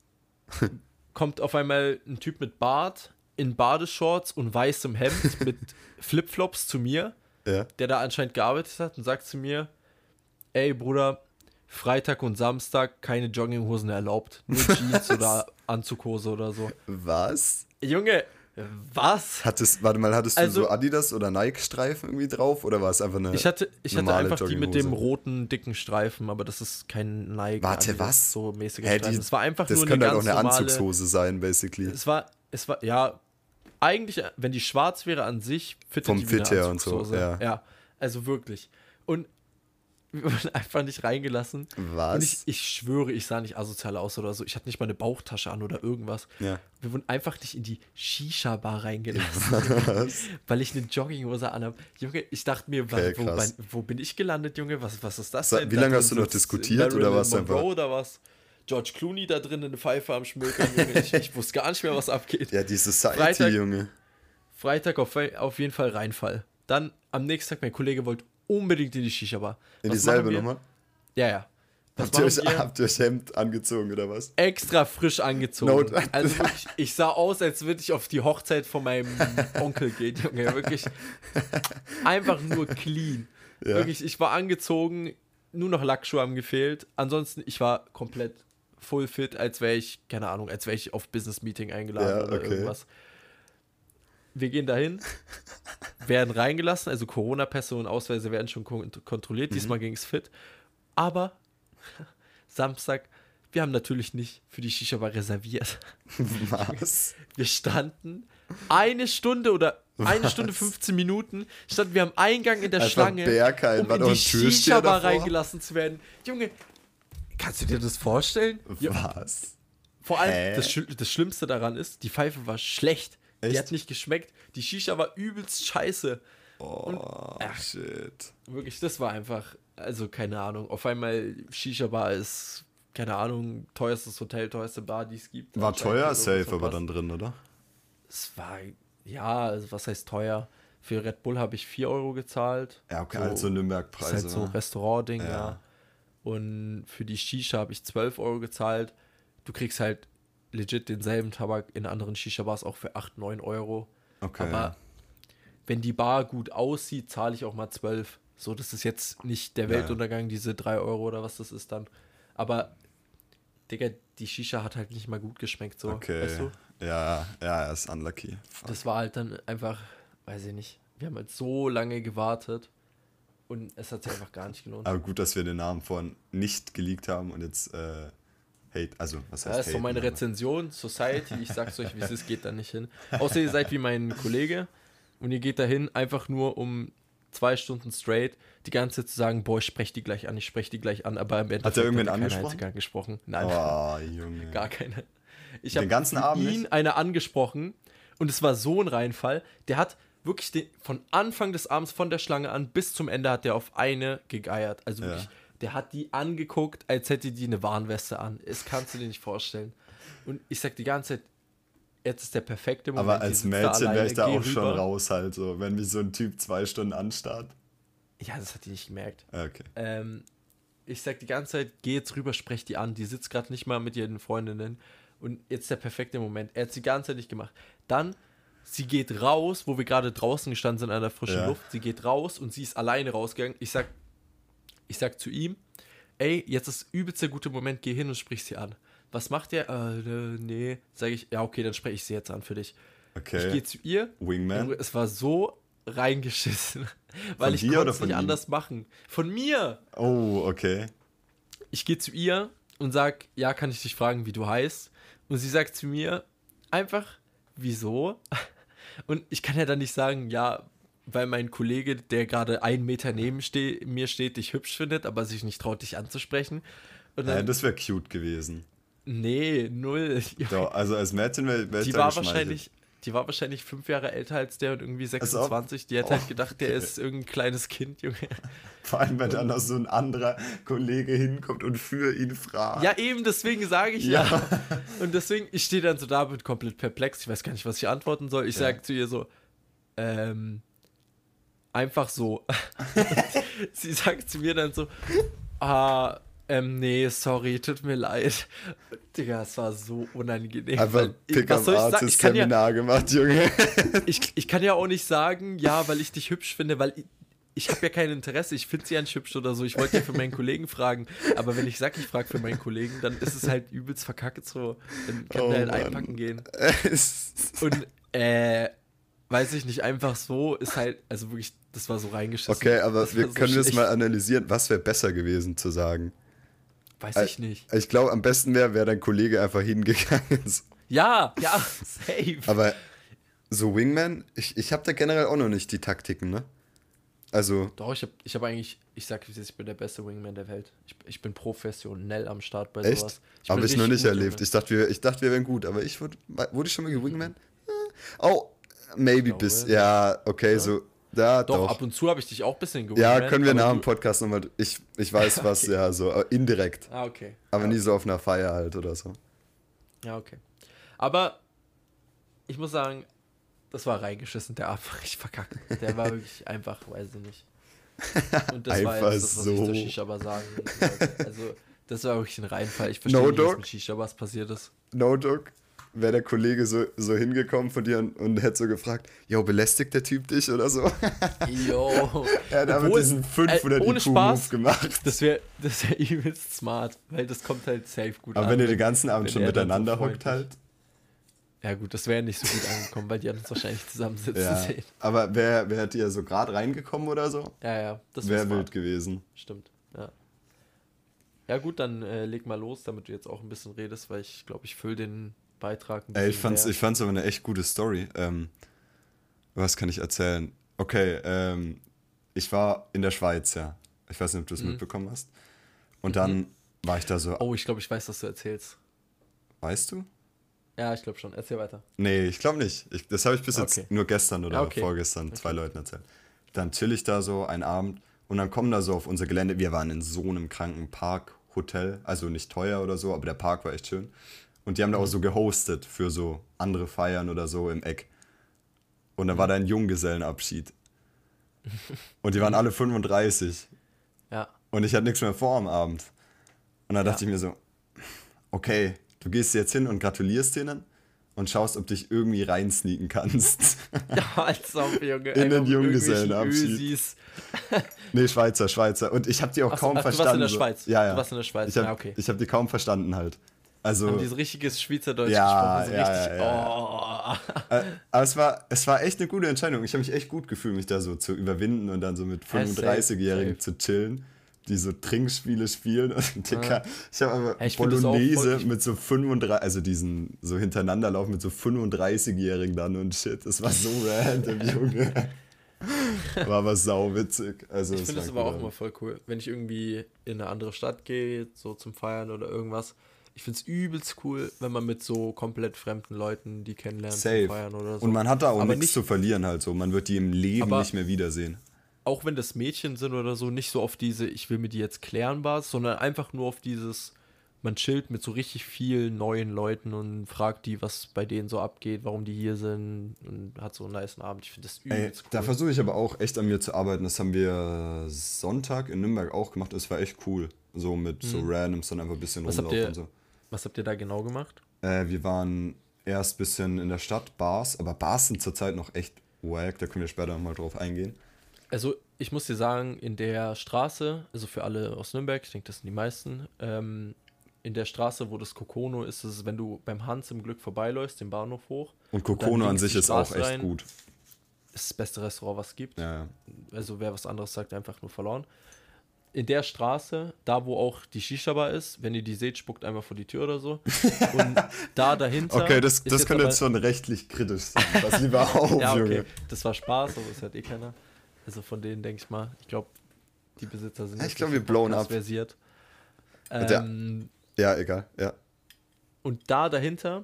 Kommt auf einmal ein Typ mit Bart, in Badeshorts und weißem Hemd mit Flipflops zu mir, der da anscheinend gearbeitet hat und sagt zu mir, ey Bruder, Freitag und Samstag keine Jogginghosen erlaubt, nur Jeans oder Anzughose oder so. Was? Junge, was? Hattest du so Adidas oder Nike-Streifen irgendwie drauf oder war es einfach eine Ich hatte einfach die mit dem roten, dicken Streifen, aber das ist kein Nike. Warte, was? So mäßige Streifen. Es war einfach das nur könnte eine halt ganz auch eine normale Anzugshose sein, basically. Es war, ja, eigentlich, wenn die schwarz wäre an sich, vom Fit her und so, ja. Also wirklich. Und wir wurden einfach nicht reingelassen. Was? Und ich schwöre, ich sah nicht asozial aus oder so. Ich hatte nicht mal eine Bauchtasche an oder irgendwas. Ja. Wir wurden einfach nicht in die Shisha-Bar reingelassen. Was? Weil ich eine Jogginghose anhabe. Junge, ich dachte mir, wo bin ich gelandet, Junge? Was ist das denn? Wie lange hast du noch diskutiert oder was einfach? Oder was? George Clooney da drin eine Pfeife am Schmökern, Junge. Ich wusste gar nicht mehr, was abgeht. Ja, die Society, Junge. Freitag auf jeden Fall Reinfall. Dann am nächsten Tag, mein Kollege wollte unbedingt in die Shisha-Bar. In dieselbe nochmal? Ja. Habt ihr euch Hemd angezogen oder was? Extra frisch angezogen. Also wirklich, ich sah aus, als würde ich auf die Hochzeit von meinem Onkel gehen, Junge. Wirklich einfach nur clean. Ja. Wirklich, ich war angezogen, nur noch Lackschuhe haben gefehlt. Ansonsten, ich war komplett full fit, als wäre ich, keine Ahnung, als wäre ich auf Business-Meeting eingeladen oder irgendwas. Wir gehen dahin, werden reingelassen, also Corona-Pässe und Ausweise werden schon kontrolliert. Diesmal ging es fit. Aber Samstag, wir haben natürlich nicht für die Shisha-Bar reserviert. Was? Wir standen 1 Stunde 15 Minuten, standen wir am Eingang in der Schlange, um in die Shisha-Bar reingelassen zu werden. Junge, kannst du dir das vorstellen? Was? Vor allem, das Schlimmste daran ist, die Pfeife war schlecht. Echt? Die hat nicht geschmeckt. Die Shisha war übelst scheiße. Shit. Wirklich, das war einfach, also keine Ahnung. Auf einmal Shisha-Bar ist, keine Ahnung, teuerstes Hotel, teuerste Bar, die es gibt. War teuer, safe aber dann drin, oder? Es war, ja, also was heißt teuer? Für Red Bull habe ich 4 Euro gezahlt. Ja, okay, also Nürnberg-Preise. Ist halt so Restaurant-Ding, ja. Und für die Shisha habe ich 12 Euro gezahlt. Du kriegst halt legit denselben Tabak in anderen Shisha-Bars auch für 8, 9 Euro. Okay. Aber wenn die Bar gut aussieht, zahle ich auch mal 12. So, das ist jetzt nicht der Weltuntergang, diese 3 Euro oder was das ist dann. Aber, Digga, die Shisha hat halt nicht mal gut geschmeckt, so. Okay. Weißt du? Ja, er ist unlucky. Fuck. Das war halt dann einfach, weiß ich nicht. Wir haben halt so lange gewartet und es hat sich einfach gar nicht gelohnt. Aber gut, dass wir den Namen vorhin nicht geleakt haben und jetzt Hate, also was heißt das ist so meine Rezension, Society, ich sag's euch, wie es ist, geht da nicht hin. Außer ihr seid wie mein Kollege und ihr geht da hin, einfach nur um 2 Stunden straight die ganze Zeit zu sagen, boah, ich spreche die gleich an, aber im Endeffekt hat er irgendwen angesprochen? Nein. Oh, Junge. Gar keine. Ich habe ihn einer angesprochen und es war so ein Reinfall, der hat wirklich von Anfang des Abends, von der Schlange an bis zum Ende hat der auf eine gegeiert, also wirklich. Der hat die angeguckt, als hätte die eine Warnweste an. Das kannst du dir nicht vorstellen. Und ich sag die ganze Zeit, jetzt ist der perfekte Moment. Aber als Mädchen wäre ich da auch schon raus halt so, wenn mich so ein Typ 2 Stunden anstarrt. Ja, das hat die nicht gemerkt. Okay. Ich sag die ganze Zeit, geh jetzt rüber, sprech die an. Die sitzt gerade nicht mal mit ihren Freundinnen. Und jetzt der perfekte Moment. Er hat die ganze Zeit nicht gemacht. Dann, sie geht raus, wo wir gerade draußen gestanden sind an der frischen Luft. Sie geht raus und sie ist alleine rausgegangen. Ich sag zu ihm, ey, jetzt ist übelst der gute Moment, geh hin und sprich sie an. Was macht der? Nee. Sag ich, ja, okay, dann spreche ich sie jetzt an für dich. Okay. Ich gehe zu ihr. Wingman? Es war so reingeschissen, weil ich konnte es nicht anders machen. Von mir! Oh, okay. Ich gehe zu ihr und sag, ja, kann ich dich fragen, wie du heißt? Und sie sagt zu mir einfach, wieso? Und ich kann ja dann nicht sagen, ja, weil mein Kollege, der gerade 1 Meter neben mir steht, dich hübsch findet, aber sich nicht traut, dich anzusprechen. Und dann, das wäre cute gewesen. Nee, 0. Doch, also als Mädchen wäre die war wahrscheinlich 5 Jahre älter als der und irgendwie 26. Die hat halt gedacht, der ist irgendein kleines Kind, Junge. Vor allem, wenn dann noch so ein anderer Kollege hinkommt und für ihn fragt. Ja, eben, deswegen sage ich ja. Und deswegen, ich stehe dann so da, bin komplett perplex. Ich weiß gar nicht, was ich antworten soll. Ich sage zu ihr so, einfach so. Sie sagt zu mir dann so, nee, sorry, tut mir leid. Digga, es war so unangenehm. Einfach Pick-up-Artist-Seminar gemacht, Junge. Ich kann ja auch nicht sagen, ja, weil ich dich hübsch finde, weil ich habe ja kein Interesse, ich finde sie ja nicht hübsch oder so. Ich wollte ja für meinen Kollegen fragen, aber wenn ich sage, ich frage für meinen Kollegen, dann ist es halt übelst verkackt so. Dann kann der halt einpacken gehen. Und, weiß ich nicht, einfach so ist halt, also wirklich, das war so reingeschissen. Okay, aber können wir es mal analysieren, was wäre besser gewesen zu sagen? Weiß ich nicht. Ich glaube, am besten wäre dein Kollege einfach hingegangen. Ja, safe. Aber so Wingman, ich habe da generell auch noch nicht die Taktiken, ne? Also. Doch, ich habe eigentlich, ich sag, ich bin der beste Wingman der Welt. Ich bin professionell am Start bei sowas. Habe ich noch nicht erlebt. Ich dachte, wir wären gut, aber wurde ich schon mal gewingman? Oh, maybe bis, ja, okay, so Ja, Doch, doch. ab und zu habe ich dich auch ein bisschen Ja, gerannt, können wir aber nach dem Podcast nochmal. Ich weiß was, Okay. ja, so indirekt. Okay. Aber Ja, nie okay. so auf einer Feier halt oder so. Ja, okay. Aber ich muss sagen, das war reingeschissen, der Abend war richtig verkackt. Der war wirklich einfach, weiß ich nicht. Und das war Einfach jetzt das, was ich zur so. Shisha-Bar sagen wollte. Also, das war wirklich ein Reinfall. Ich verstehe No nicht, was dog. mit Shisha-Bars passiert ist. No joke. Wäre der Kollege so hingekommen von dir und hätte so gefragt, yo, belästigt der Typ dich oder so? Yo. Er hat aber Obwohl, diesen 500 ohne IQ-Move Spaß, gemacht. das wär übelst smart, weil das kommt halt safe gut Aber an. wenn ihr den ganzen Abend wenn schon er dann so miteinander hockt freundlich- halt. Ja gut, das wäre nicht so gut angekommen, weil die haben uns wahrscheinlich zusammensitzen Ja. sehen. Aber wer hat ihr so gerade reingekommen oder so? Ja, das Wäre wäre wild gewesen. Stimmt, ja. Ja gut, dann leg mal los, damit du jetzt auch ein bisschen redest, weil ich glaube, ich fülle den Beitrag ein Ey, bisschen ich fand's aber eine echt gute Story. Was kann ich erzählen? Okay, ich war in der Schweiz, ja. Ich weiß nicht, ob du es mitbekommen hast. Und dann war ich da so, Oh, ich glaube, ich weiß, was du erzählst. weißt du? Ja, ich glaube schon. Erzähl weiter. Nee, ich glaube nicht. Das habe ich bis Okay. jetzt nur gestern oder Ja, okay. vorgestern zwei Leuten erzählt. Dann chill ich da so einen Abend und dann kommen da so auf unser Gelände. Wir waren in so einem kranken Parkhotel, also nicht teuer oder so, aber der Park war echt schön. Und die haben da auch so gehostet für so andere Feiern oder so im Eck. Und dann war da ein Junggesellenabschied. Und die waren alle 35. Ja. Und ich hatte nichts mehr vor am Abend. Und dann dachte Ja. ich mir so, okay, du gehst jetzt hin und gratulierst denen und schaust, ob dich irgendwie reinsneaken kannst. Ja, als ob, Junge. In den einfach mit Junggesellenabschied. irgendwelchen Ösis. Nee, Schweizer. Und ich habe die auch kaum du warst in verstanden. der so. Schweiz. Ja, ja. Du warst in der Schweiz. Ich hab, Ja, okay. Ich habe die kaum verstanden halt. Also, Haben die so richtiges Schweizerdeutsch Ja, gesprochen? So ja, richtig. ja, Oh. aber es war echt eine gute Entscheidung. Ich habe mich echt gut gefühlt, mich da so zu überwinden und dann so mit Ja, safe, 35-Jährigen safe. zu chillen, die so Trinkspiele spielen. Und Dicker, ich habe aber Ja, ich find das auch Bolognese voll- mit so 35, also diesen so hintereinander laufen mit so 35-Jährigen dann und shit. Das war so random, Junge. War aber sauwitzig. Also, Ich es finde war das aber auch cool. immer voll cool, wenn ich irgendwie in eine andere Stadt gehe, so zum Feiern oder irgendwas. Ich finde es übelst cool, wenn man mit so komplett fremden Leuten die kennenlernt Safe. zum Feiern oder so. Und man hat da auch Aber nichts nicht- zu verlieren halt so. Man wird die im Leben Aber- nicht mehr wiedersehen. Auch wenn das Mädchen sind oder so, nicht so auf diese, ich will mir die jetzt klären Basis, sondern einfach nur auf dieses, man chillt mit so richtig vielen neuen Leuten und fragt die, was bei denen so abgeht, warum die hier sind und hat so einen nice Abend. Ich finde das Ey, übelst da cool. versuche ich aber auch echt an mir zu arbeiten. Das haben wir Sonntag in Nürnberg auch gemacht. Das war echt cool. So mit so Randoms dann einfach ein bisschen Was habt rumlaufen ihr- und so. Was habt ihr da genau gemacht? Wir waren erst ein bisschen in der Stadt, Bars, aber Bars sind zurzeit noch echt wack. Da können wir später nochmal drauf eingehen. Also, ich muss dir sagen, in der Straße, also für alle aus Nürnberg, ich denke, das sind die meisten, in der Straße, wo das Kokono ist, ist es, wenn du beim Hans im Glück vorbeiläufst, den Bahnhof hoch, Und dann Kokono an links sich die ist auch Straße echt rein. gut. ist das beste Restaurant, was es gibt. Ja, ja. Also, wer was anderes sagt, einfach nur verloren. In der Straße, da wo auch die Shisha-Bar ist, wenn ihr die seht, spuckt einmal vor die Tür oder so. Und da dahinter. Okay, das ist könnte aber- jetzt schon rechtlich kritisch sein. Pass lieber auf, Ja, okay. Junge. Das war Spaß, aber das hört eh keiner. Also von denen denke ich mal, ich glaube, die Besitzer sind Ja, ich jetzt glaub, nicht wir blown Podcast up. versiert. der- Ja, egal. Ja. Und da dahinter,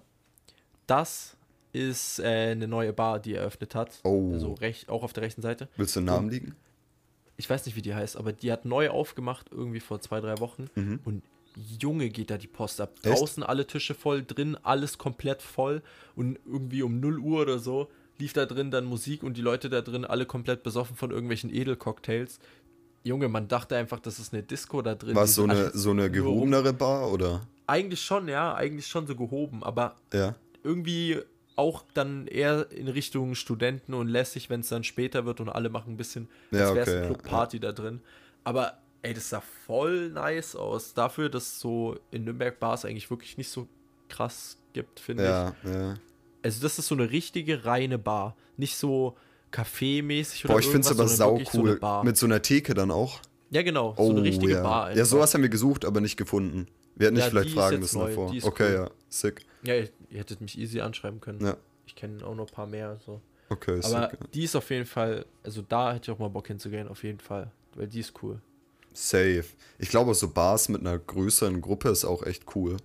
das ist eine neue Bar, die eröffnet hat. Oh. Also auch auf der rechten Seite. Willst du einen Namen liegen? Ich weiß nicht, wie die heißt, aber die hat neu aufgemacht, irgendwie vor 2-3 Wochen. Und Junge, geht da die Post ab. Echt? Draußen alle Tische voll, drin alles komplett voll. Und irgendwie um 0 Uhr oder so lief da drin dann Musik und die Leute da drin alle komplett besoffen von irgendwelchen Edelcocktails. Junge, man dachte einfach, das ist eine Disco da drin. War Die es so sind eine, einfach so eine nur gehobenere Bar oder? Eigentlich schon, ja, eigentlich schon so gehoben, aber Ja. irgendwie auch dann eher in Richtung Studenten und lässig, wenn es dann später wird und alle machen ein bisschen, Ja, als wäre es okay, eine ja, Clubparty da drin. Aber ey, das sah voll nice aus. Dafür, dass es so in Nürnberg Bars eigentlich wirklich nicht so krass gibt, finde ich. Ja, ja. Also das ist so eine richtige reine Bar. Nicht so Café-mäßig oder Boah, ich finde es irgendwas, aber sondern sau wirklich so eine cool. Bar. Mit so einer Theke dann auch. Ja, genau. Oh, So eine richtige ja. Bar. Ja, einfach. sowas haben wir gesucht, aber nicht gefunden. Wir hätten nicht Ja, vielleicht die ist fragen jetzt müssen neu, davor. die ist Okay, cool. ja. Sick. Ja, ihr hättet mich easy anschreiben können. Ja. Ich kenne auch noch ein paar mehr. So. Okay, Aber sick. die ist auf jeden Fall, also da hätte ich auch mal Bock hinzugehen, auf jeden Fall. Weil die ist cool. Safe. Ich glaube, so Bars mit einer größeren Gruppe ist auch echt cool.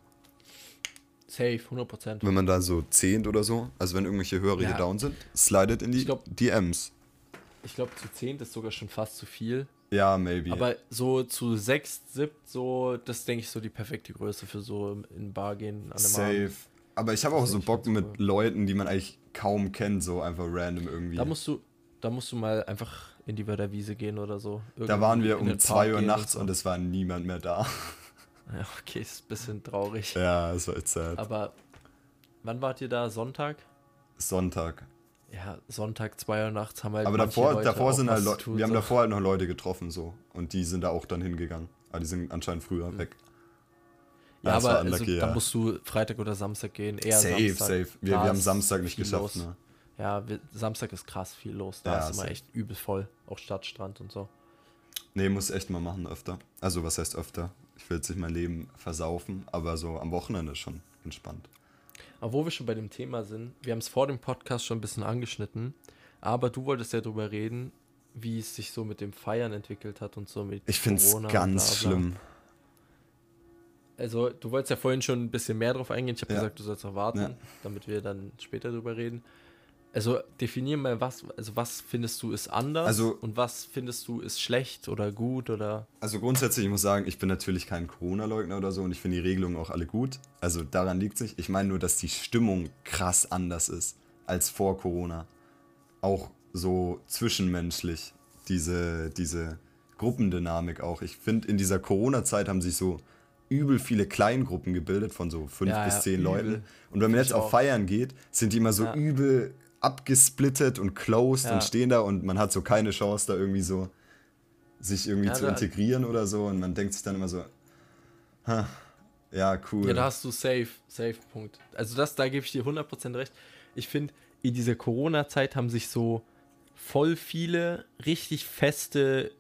Safe, 100%. Wenn man da so 10 oder so, also wenn irgendwelche Hörige Ja. down sind, slidet in die Ich glaub- DMs. Ich glaube, zu 10 ist sogar schon fast zu viel. Ja, maybe. Aber so zu 6, 7, so, das denke ich so die perfekte Größe für so in Bar gehen an einem Safe. Abend. Aber ich habe auch Das so denk ich Bock ganz mit cool. Leuten, die man eigentlich kaum kennt, so einfach random irgendwie. Da musst du mal einfach in die Wörderwiese gehen oder so. Da waren wir Irgendwie in um den 2 Park Uhr gehen nachts so. und es war niemand mehr da. Ja, okay, ist ein bisschen traurig. Ja, es war echt sad. Aber wann wart ihr da? Sonntag? Sonntag. Ja, Sonntag, 2 Uhr nachts haben halt Aber manche davor Leute auch sind was halt zu tun, wir haben so. davor halt noch Leute getroffen so und die sind da auch dann hingegangen. Aber die sind anscheinend früher weg. Ja, das war aber also, unlucky, da ja. musst du Freitag oder Samstag gehen. Eher Safe, Samstag. safe. Wir Da haben ist Samstag nicht viel geschafft, los. ne? Ja, Samstag ist krass viel los. Da Ja, ist immer safe. echt übel voll. Auch Stadtstrand und so. Nee, muss echt mal machen öfter. Also was heißt öfter? Ich will jetzt nicht mein Leben versaufen, aber so am Wochenende schon entspannt. Aber wo wir schon bei dem Thema sind, wir haben es vor dem Podcast schon ein bisschen angeschnitten, aber du wolltest ja drüber reden, wie es sich so mit dem Feiern entwickelt hat und so mit Ich find's Corona und ganz bla bla. schlimm. Also, du wolltest ja vorhin schon ein bisschen mehr drauf eingehen. Ich habe Ja. gesagt, du sollst noch warten, Ja. damit wir dann später drüber reden. Also, definier mal, was findest du ist anders Also- und was findest du ist schlecht oder gut oder. Also grundsätzlich, ich muss sagen, ich bin natürlich kein Corona-Leugner oder so und ich finde die Regelungen auch alle gut. Also daran liegt es nicht. Ich meine nur, dass die Stimmung krass anders ist als vor Corona. Auch so zwischenmenschlich, diese Gruppendynamik auch. Ich finde, in dieser Corona-Zeit haben sich so übel viele Kleingruppen gebildet von so 5 Ja, bis ja, 10 übel. Leuten. Und wenn man jetzt Ich auf auch. Feiern geht, sind die immer so Ja. übel abgesplittet und closed Ja. und stehen da und man hat so keine Chance, da irgendwie so sich irgendwie Ja, zu integrieren oder so und man denkt sich dann immer so, ja, cool. Ja, da hast du safe Punkt. Also da gebe ich dir 100% recht. Ich finde, in dieser Corona-Zeit haben sich so voll viele richtig feste,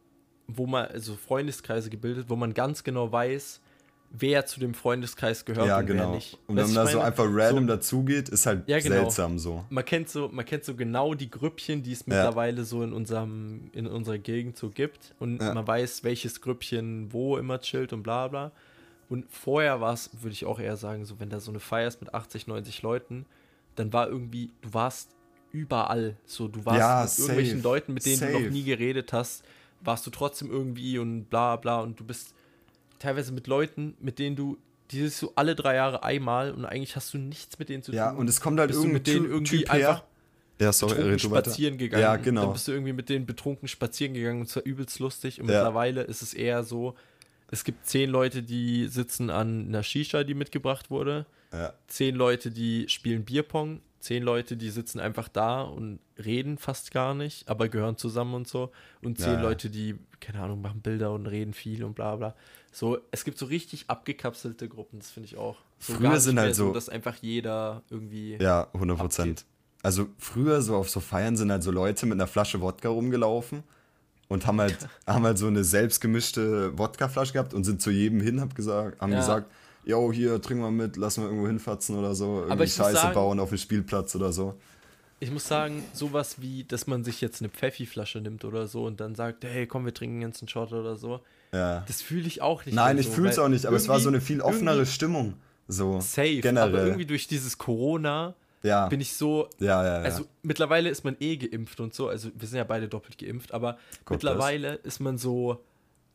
also Freundeskreise gebildet, wo man ganz genau weiß, wer zu dem Freundeskreis gehört Ja, und wer genau. nicht. Und Weißt wenn du, man ich da so meine? einfach random So, dazugeht, ist halt Ja, genau. seltsam so. man kennt so genau die Grüppchen, die es mittlerweile so in unserer Gegend so gibt. Und Ja. man weiß, welches Grüppchen wo immer chillt und bla bla. Und vorher war es, würde ich auch eher sagen, so wenn da so eine Feier ist mit 80, 90 Leuten, dann war irgendwie, du warst überall. So, du warst Ja, mit irgendwelchen safe, Leuten, mit denen du safe. noch nie geredet hast, warst du trotzdem irgendwie und bla bla. Und du bist teilweise mit Leuten, mit denen die siehst du alle 3 Jahre einmal und eigentlich hast du nichts mit denen zu tun. Ja, und es kommt halt bist du mit irgendein denen irgendwie Typ einfach her. Ja, sorry, betrunken red du weiter. spazieren gegangen. Ja, genau. Dann bist du irgendwie mit denen betrunken spazieren gegangen und zwar übelst lustig. Und Ja. mittlerweile ist es eher so, es gibt 10 Leute, die sitzen an einer Shisha, die mitgebracht wurde. Ja. 10 Leute, die spielen Bierpong. 10 Leute, die sitzen einfach da und reden fast gar nicht, aber gehören zusammen und so. Und 10 Ja. Leute, die, keine Ahnung, machen Bilder und reden viel und bla bla. So, es gibt so richtig abgekapselte Gruppen, das finde ich auch. So Früher gar nicht sind mehr halt so- dass einfach jeder irgendwie. Ja, 100%. abgeht. Also früher so auf so Feiern sind halt so Leute mit einer Flasche Wodka rumgelaufen und haben halt so eine selbstgemischte Wodkaflasche gehabt und sind zu jedem hin, haben Ja. gesagt, yo, hier, trink mal mit, lass mal irgendwo hinfatzen oder so, irgendwie ich muss Scheiße sagen- bauen auf dem Spielplatz oder so. Ich muss sagen, sowas wie, dass man sich jetzt eine Pfeffi-Flasche nimmt oder so und dann sagt, hey, komm, wir trinken jetzt einen Shot oder so. Ja. Das fühle ich auch nicht Nein, mehr ich so, fühl's weil auch nicht, aber es war so eine irgendwie- viel offenere Stimmung. So Safe, generell. aber irgendwie durch dieses Corona ja. bin ich so, ja. also mittlerweile ist man eh geimpft und so, also wir sind ja beide doppelt geimpft, aber Gott mittlerweile ist man so,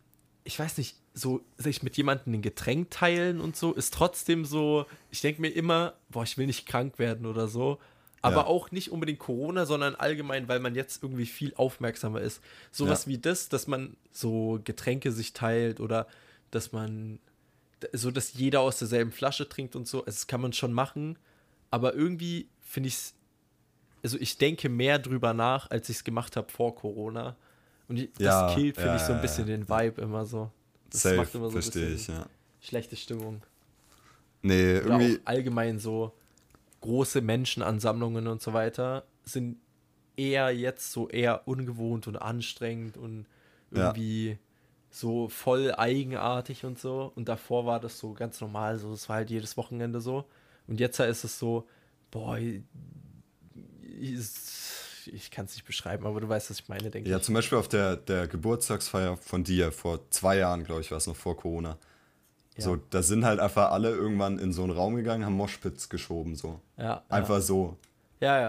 ich weiß nicht, so sich mit jemandem ein Getränk teilen und so, ist trotzdem so, ich denke mir immer, boah, ich will nicht krank werden oder so, aber Ja. auch nicht unbedingt Corona, sondern allgemein, weil man jetzt irgendwie viel aufmerksamer ist. Sowas Ja. wie das, dass man so Getränke sich teilt oder dass man, so dass jeder aus derselben Flasche trinkt und so, also das kann man schon machen, aber irgendwie finde ich es, also ich denke mehr drüber nach, als ich es gemacht habe vor Corona. Und Ja, das killt, finde ja, ich, so ein ja, bisschen ja. den Vibe immer so. Das Safe, macht immer so ein verstehe bisschen ich, ja. schlechte Stimmung. Nee, Oder irgendwie, auch allgemein so große Menschenansammlungen und so weiter sind eher jetzt so eher ungewohnt und anstrengend und Ja. irgendwie so voll eigenartig und so. Und davor war das so ganz normal, so das war halt jedes Wochenende so. Und jetzt ist es so, boah, ich kann es nicht beschreiben, aber du weißt, was ich meine, denke ja, ich. zum Beispiel auf der Geburtstagsfeier von dir, vor 2 Jahren, glaube ich, war es noch vor Corona. Ja. So, da sind halt einfach alle irgendwann in so einen Raum gegangen, haben Moshpits geschoben, so. Ja, Einfach so. ja.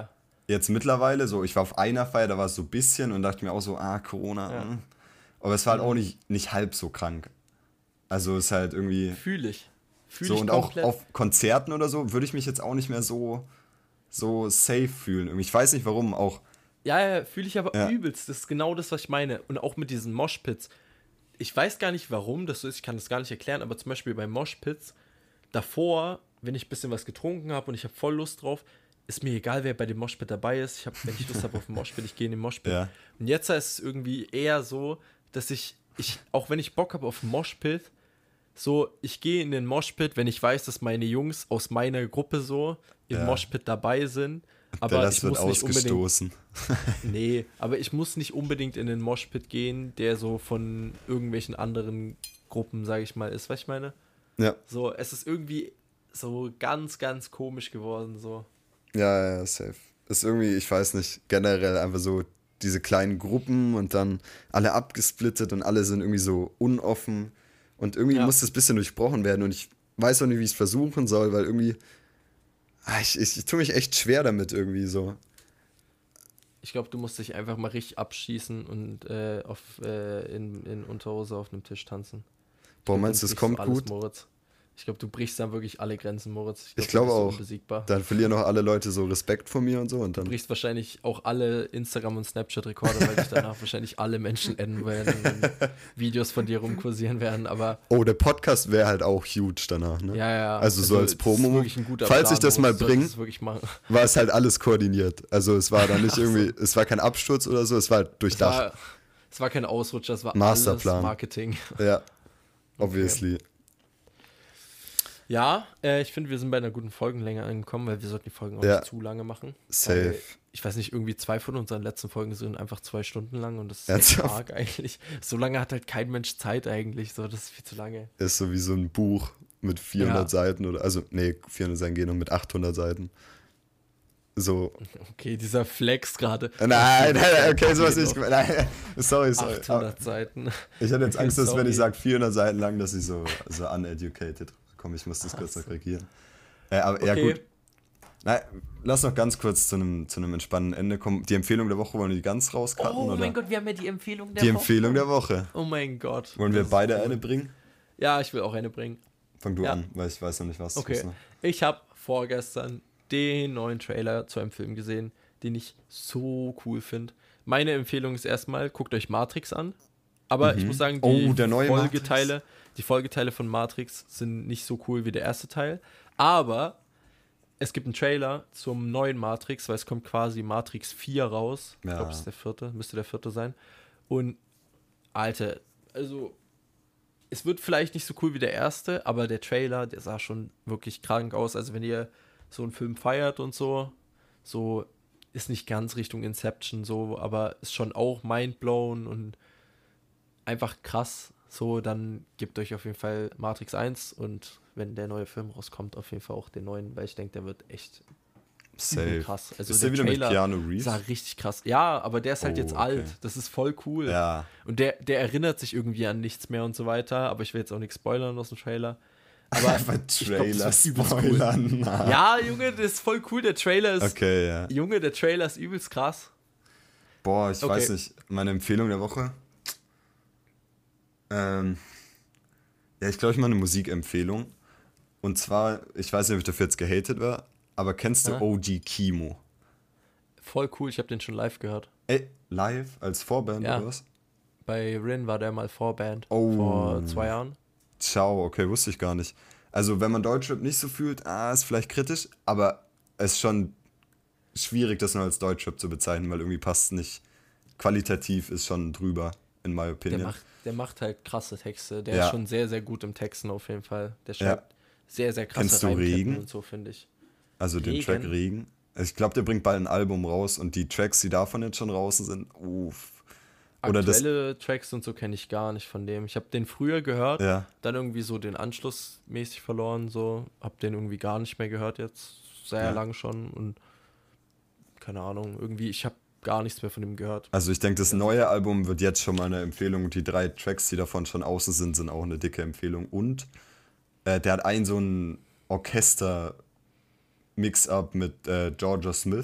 jetzt mittlerweile so, ich war auf einer Feier, da war es so ein bisschen und dachte mir auch so, Corona. Ja. Aber es war halt auch nicht halb so krank. Also es ist halt irgendwie... Fühle ich. So, und komplett. Auch auf Konzerten oder so würde ich mich jetzt auch nicht mehr so safe fühlen. Ich weiß nicht warum, auch... Ja, fühle ich aber übelst. Das ist genau das, was ich meine. Und auch mit diesen Moshpits. Ich weiß gar nicht, warum das so ist. Ich kann das gar nicht erklären. Aber zum Beispiel bei Moshpits, davor, wenn ich ein bisschen was getrunken habe und ich habe voll Lust drauf, ist mir egal, wer bei dem Moshpit dabei ist. Wenn ich Lust habe auf den Moshpit, ich gehe in den Moshpit. Ja. Und jetzt ist es irgendwie eher so, dass ich auch wenn ich Bock habe auf den Moshpit, so, ich gehe in den Moshpit, wenn ich weiß, dass meine Jungs aus meiner Gruppe so im Moshpit dabei sind. Aber ich muss nicht unbedingt. Nee, aber ich muss nicht unbedingt in den Moshpit gehen, der so von irgendwelchen anderen Gruppen, sage ich mal, ist, was ich meine? Ja. So, es ist irgendwie so ganz, ganz komisch geworden, so. Ja, safe. Ist irgendwie, ich weiß nicht, generell einfach so diese kleinen Gruppen und dann alle abgesplittet und alle sind irgendwie so unoffen. Und irgendwie muss das ein bisschen durchbrochen werden und ich weiß auch nicht, wie ich es versuchen soll, weil irgendwie, ich tue mich echt schwer damit irgendwie so. Ich glaube, du musst dich einfach mal richtig abschießen und in Unterhose auf einem Tisch tanzen. Boah, meinst du, das kommt gut? Moritz. Ich glaube, du brichst dann wirklich alle Grenzen, Moritz. Ich glaube auch. Dann verlieren auch alle Leute so Respekt vor mir und so. Und dann du brichst wahrscheinlich auch alle Instagram- und Snapchat-Rekorde, weil dich danach wahrscheinlich alle Menschen adden werden und Videos von dir rumkursieren werden. Aber der Podcast wäre halt auch huge danach, ne? Ja. Also so als Promo. Falls ich das mal bringe, war es halt alles koordiniert. Also es war da nicht irgendwie, es war kein Absturz oder so, es war halt durchdacht. Es war kein Ausrutscher, es war Masterplan. Alles Marketing. Ja, obviously. Okay. Ja, ich finde, wir sind bei einer guten Folgenlänge angekommen, weil wir sollten die Folgen auch nicht zu lange machen. Safe. Ich weiß nicht, irgendwie 2 von unseren letzten Folgen sind einfach 2 Stunden lang und das ist echt arg eigentlich. So lange hat halt kein Mensch Zeit eigentlich, so, das ist viel zu lange. Ist so wie so ein Buch mit 400 Seiten oder, 400 Seiten gehen und mit 800 Seiten. So. Okay, dieser Flex gerade. Nein, okay, sowas nicht. Nein, sorry. 800 Seiten. Ich hatte jetzt Angst, dass wenn ich sage 400 Seiten lang, dass ich so uneducated. Komm, ich muss das kurz noch korrigieren. Aber ja, gut. Nein, lass noch ganz kurz zu einem entspannenden Ende kommen. Die Empfehlung der Woche, wollen wir die ganz rauscutten? Oh mein Gott, wir haben ja die Empfehlung der Woche. Die Empfehlung der Woche. Oh mein Gott. Wollen wir beide eine bringen? Ja, ich will auch eine bringen. Fang du an, weil ich weiß noch nicht, was du Okay, ich habe vorgestern den neuen Trailer zu einem Film gesehen, den ich so cool finde. Meine Empfehlung ist erstmal, guckt euch Matrix an. Aber ich muss sagen, die Folgeteile von Matrix sind nicht so cool wie der erste Teil. Aber es gibt einen Trailer zum neuen Matrix, weil es kommt quasi Matrix 4 raus. Ja. Ich glaube, es ist der 4. Müsste der 4. sein. Und, Alter, also, es wird vielleicht nicht so cool wie der erste, aber der Trailer, der sah schon wirklich krank aus. Also, wenn ihr so einen Film feiert und so ist nicht ganz Richtung Inception so, aber ist schon auch mindblown und einfach krass. So, dann gebt euch auf jeden Fall Matrix 1 und wenn der neue Film rauskommt, auf jeden Fall auch den neuen, weil ich denke, der wird echt krass. Also ist der wieder Trailer mit Keanu Reeves? sah richtig krass. Ja, aber der ist halt jetzt alt. Das ist voll cool. Ja. Und der erinnert sich irgendwie an nichts mehr und so weiter, aber ich will jetzt auch nichts spoilern aus dem Trailer. Aber Trailer spoilern. Cool. Ja, Junge, das ist voll cool. Der Trailer ist. Okay, ja. Junge, der Trailer ist übelst krass. Boah, ich weiß nicht. Meine Empfehlung der Woche. Ja, ich glaube, ich mache eine Musikempfehlung. Und zwar, ich weiß nicht, ob ich dafür jetzt gehatet war, aber kennst du OG Kimo? Voll cool, ich habe den schon live gehört. Ey, live? Als Vorband oder was? Bei Rin war der mal Vorband vor 2 Jahren. Ciao, okay, wusste ich gar nicht. Also, wenn man Deutschrap nicht so fühlt, ist vielleicht kritisch, aber es ist schon schwierig, das nur als Deutschrap zu bezeichnen, weil irgendwie passt es nicht. Qualitativ ist schon drüber, in my opinion. Der macht halt krasse Texte. Der ist schon sehr, sehr gut im Texten auf jeden Fall. Der schreibt sehr, sehr krasse Reimketten und so, finde ich. Also den Track Regen. Ich glaube, der bringt bald ein Album raus und die Tracks, die davon jetzt schon draußen sind, Oder aktuelle Tracks und so kenne ich gar nicht von dem. Ich habe den früher gehört, dann irgendwie so den Anschluss mäßig verloren, so. Hab den irgendwie gar nicht mehr gehört jetzt, sehr lang schon und keine Ahnung, irgendwie, ich habe gar nichts mehr von ihm gehört. Also ich denke, das neue Album wird jetzt schon mal eine Empfehlung und die 3 Tracks, die davon schon außen sind auch eine dicke Empfehlung. Und der hat so ein Orchester-Mix-Up mit Georgia Smith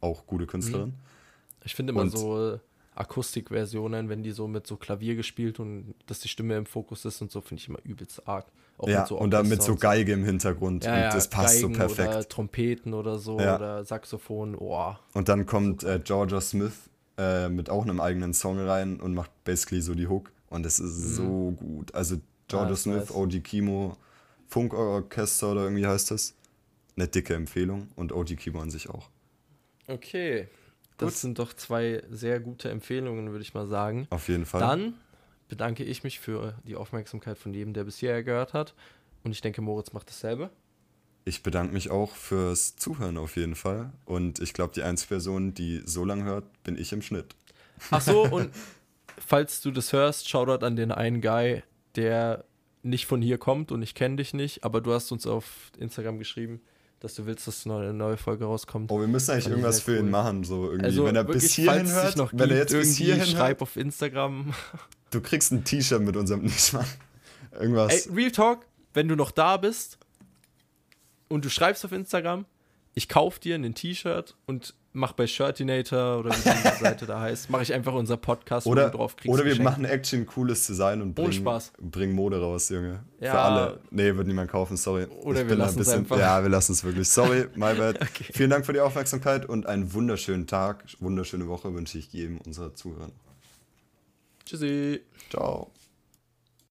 auch gute Künstlerin. Ich finde immer so Akustikversionen, wenn die so mit so Klavier gespielt und dass die Stimme im Fokus ist und so, finde ich immer übelst arg. Auch Ja, mit so und dann mit Orchester so Geige im Hintergrund Ja, und ja, das passt Geigen so perfekt. oder Trompeten oder so oder Saxophon, Und dann kommt Georgia Smith mit auch einem eigenen Song rein und macht basically so die Hook und es ist so gut. Also Georgia Smith, nice. OG Kimo, Funkorchester oder irgendwie heißt das. Eine dicke Empfehlung und OG Kimo an sich auch. Okay, das sind doch 2 sehr gute Empfehlungen, würde ich mal sagen. Auf jeden Fall. Dann bedanke ich mich für die Aufmerksamkeit von jedem, der bis hierher gehört hat. Und ich denke, Moritz macht dasselbe. Ich bedanke mich auch fürs Zuhören auf jeden Fall. Und ich glaube, die einzige Person, die so lange hört, bin ich im Schnitt. Ach so, und falls du das hörst, Shoutout an den einen Guy, der nicht von hier kommt und ich kenne dich nicht, aber du hast uns auf Instagram geschrieben, dass du willst, dass eine neue Folge rauskommt. Oh, wir müssen eigentlich irgendwas für ihn machen, so irgendwie. Also wenn er wirklich, bis hierhin hört, noch wenn er jetzt bis hierhin schreib hört, auf Instagram. du kriegst ein T-Shirt mit unserem Nischmann. Irgendwas. Ey, Real Talk, wenn du noch da bist und du schreibst auf Instagram, ich kauf dir ein T-Shirt und mach bei Shirtinator oder wie die Seite da heißt, mache ich einfach unser Podcast, wo du drauf kriegst. Oder wir machen actually ein cooles Design und bringen Mode raus, Junge. Ja. Für alle. Nee, wird niemand kaufen, sorry. Oder wir lassen es einfach. Ja, wir lassen es wirklich. Sorry, my bad. Okay. Vielen Dank für die Aufmerksamkeit und einen wunderschönen Tag, wunderschöne Woche wünsche ich jedem unserer Zuhörer. Tschüssi. Ciao.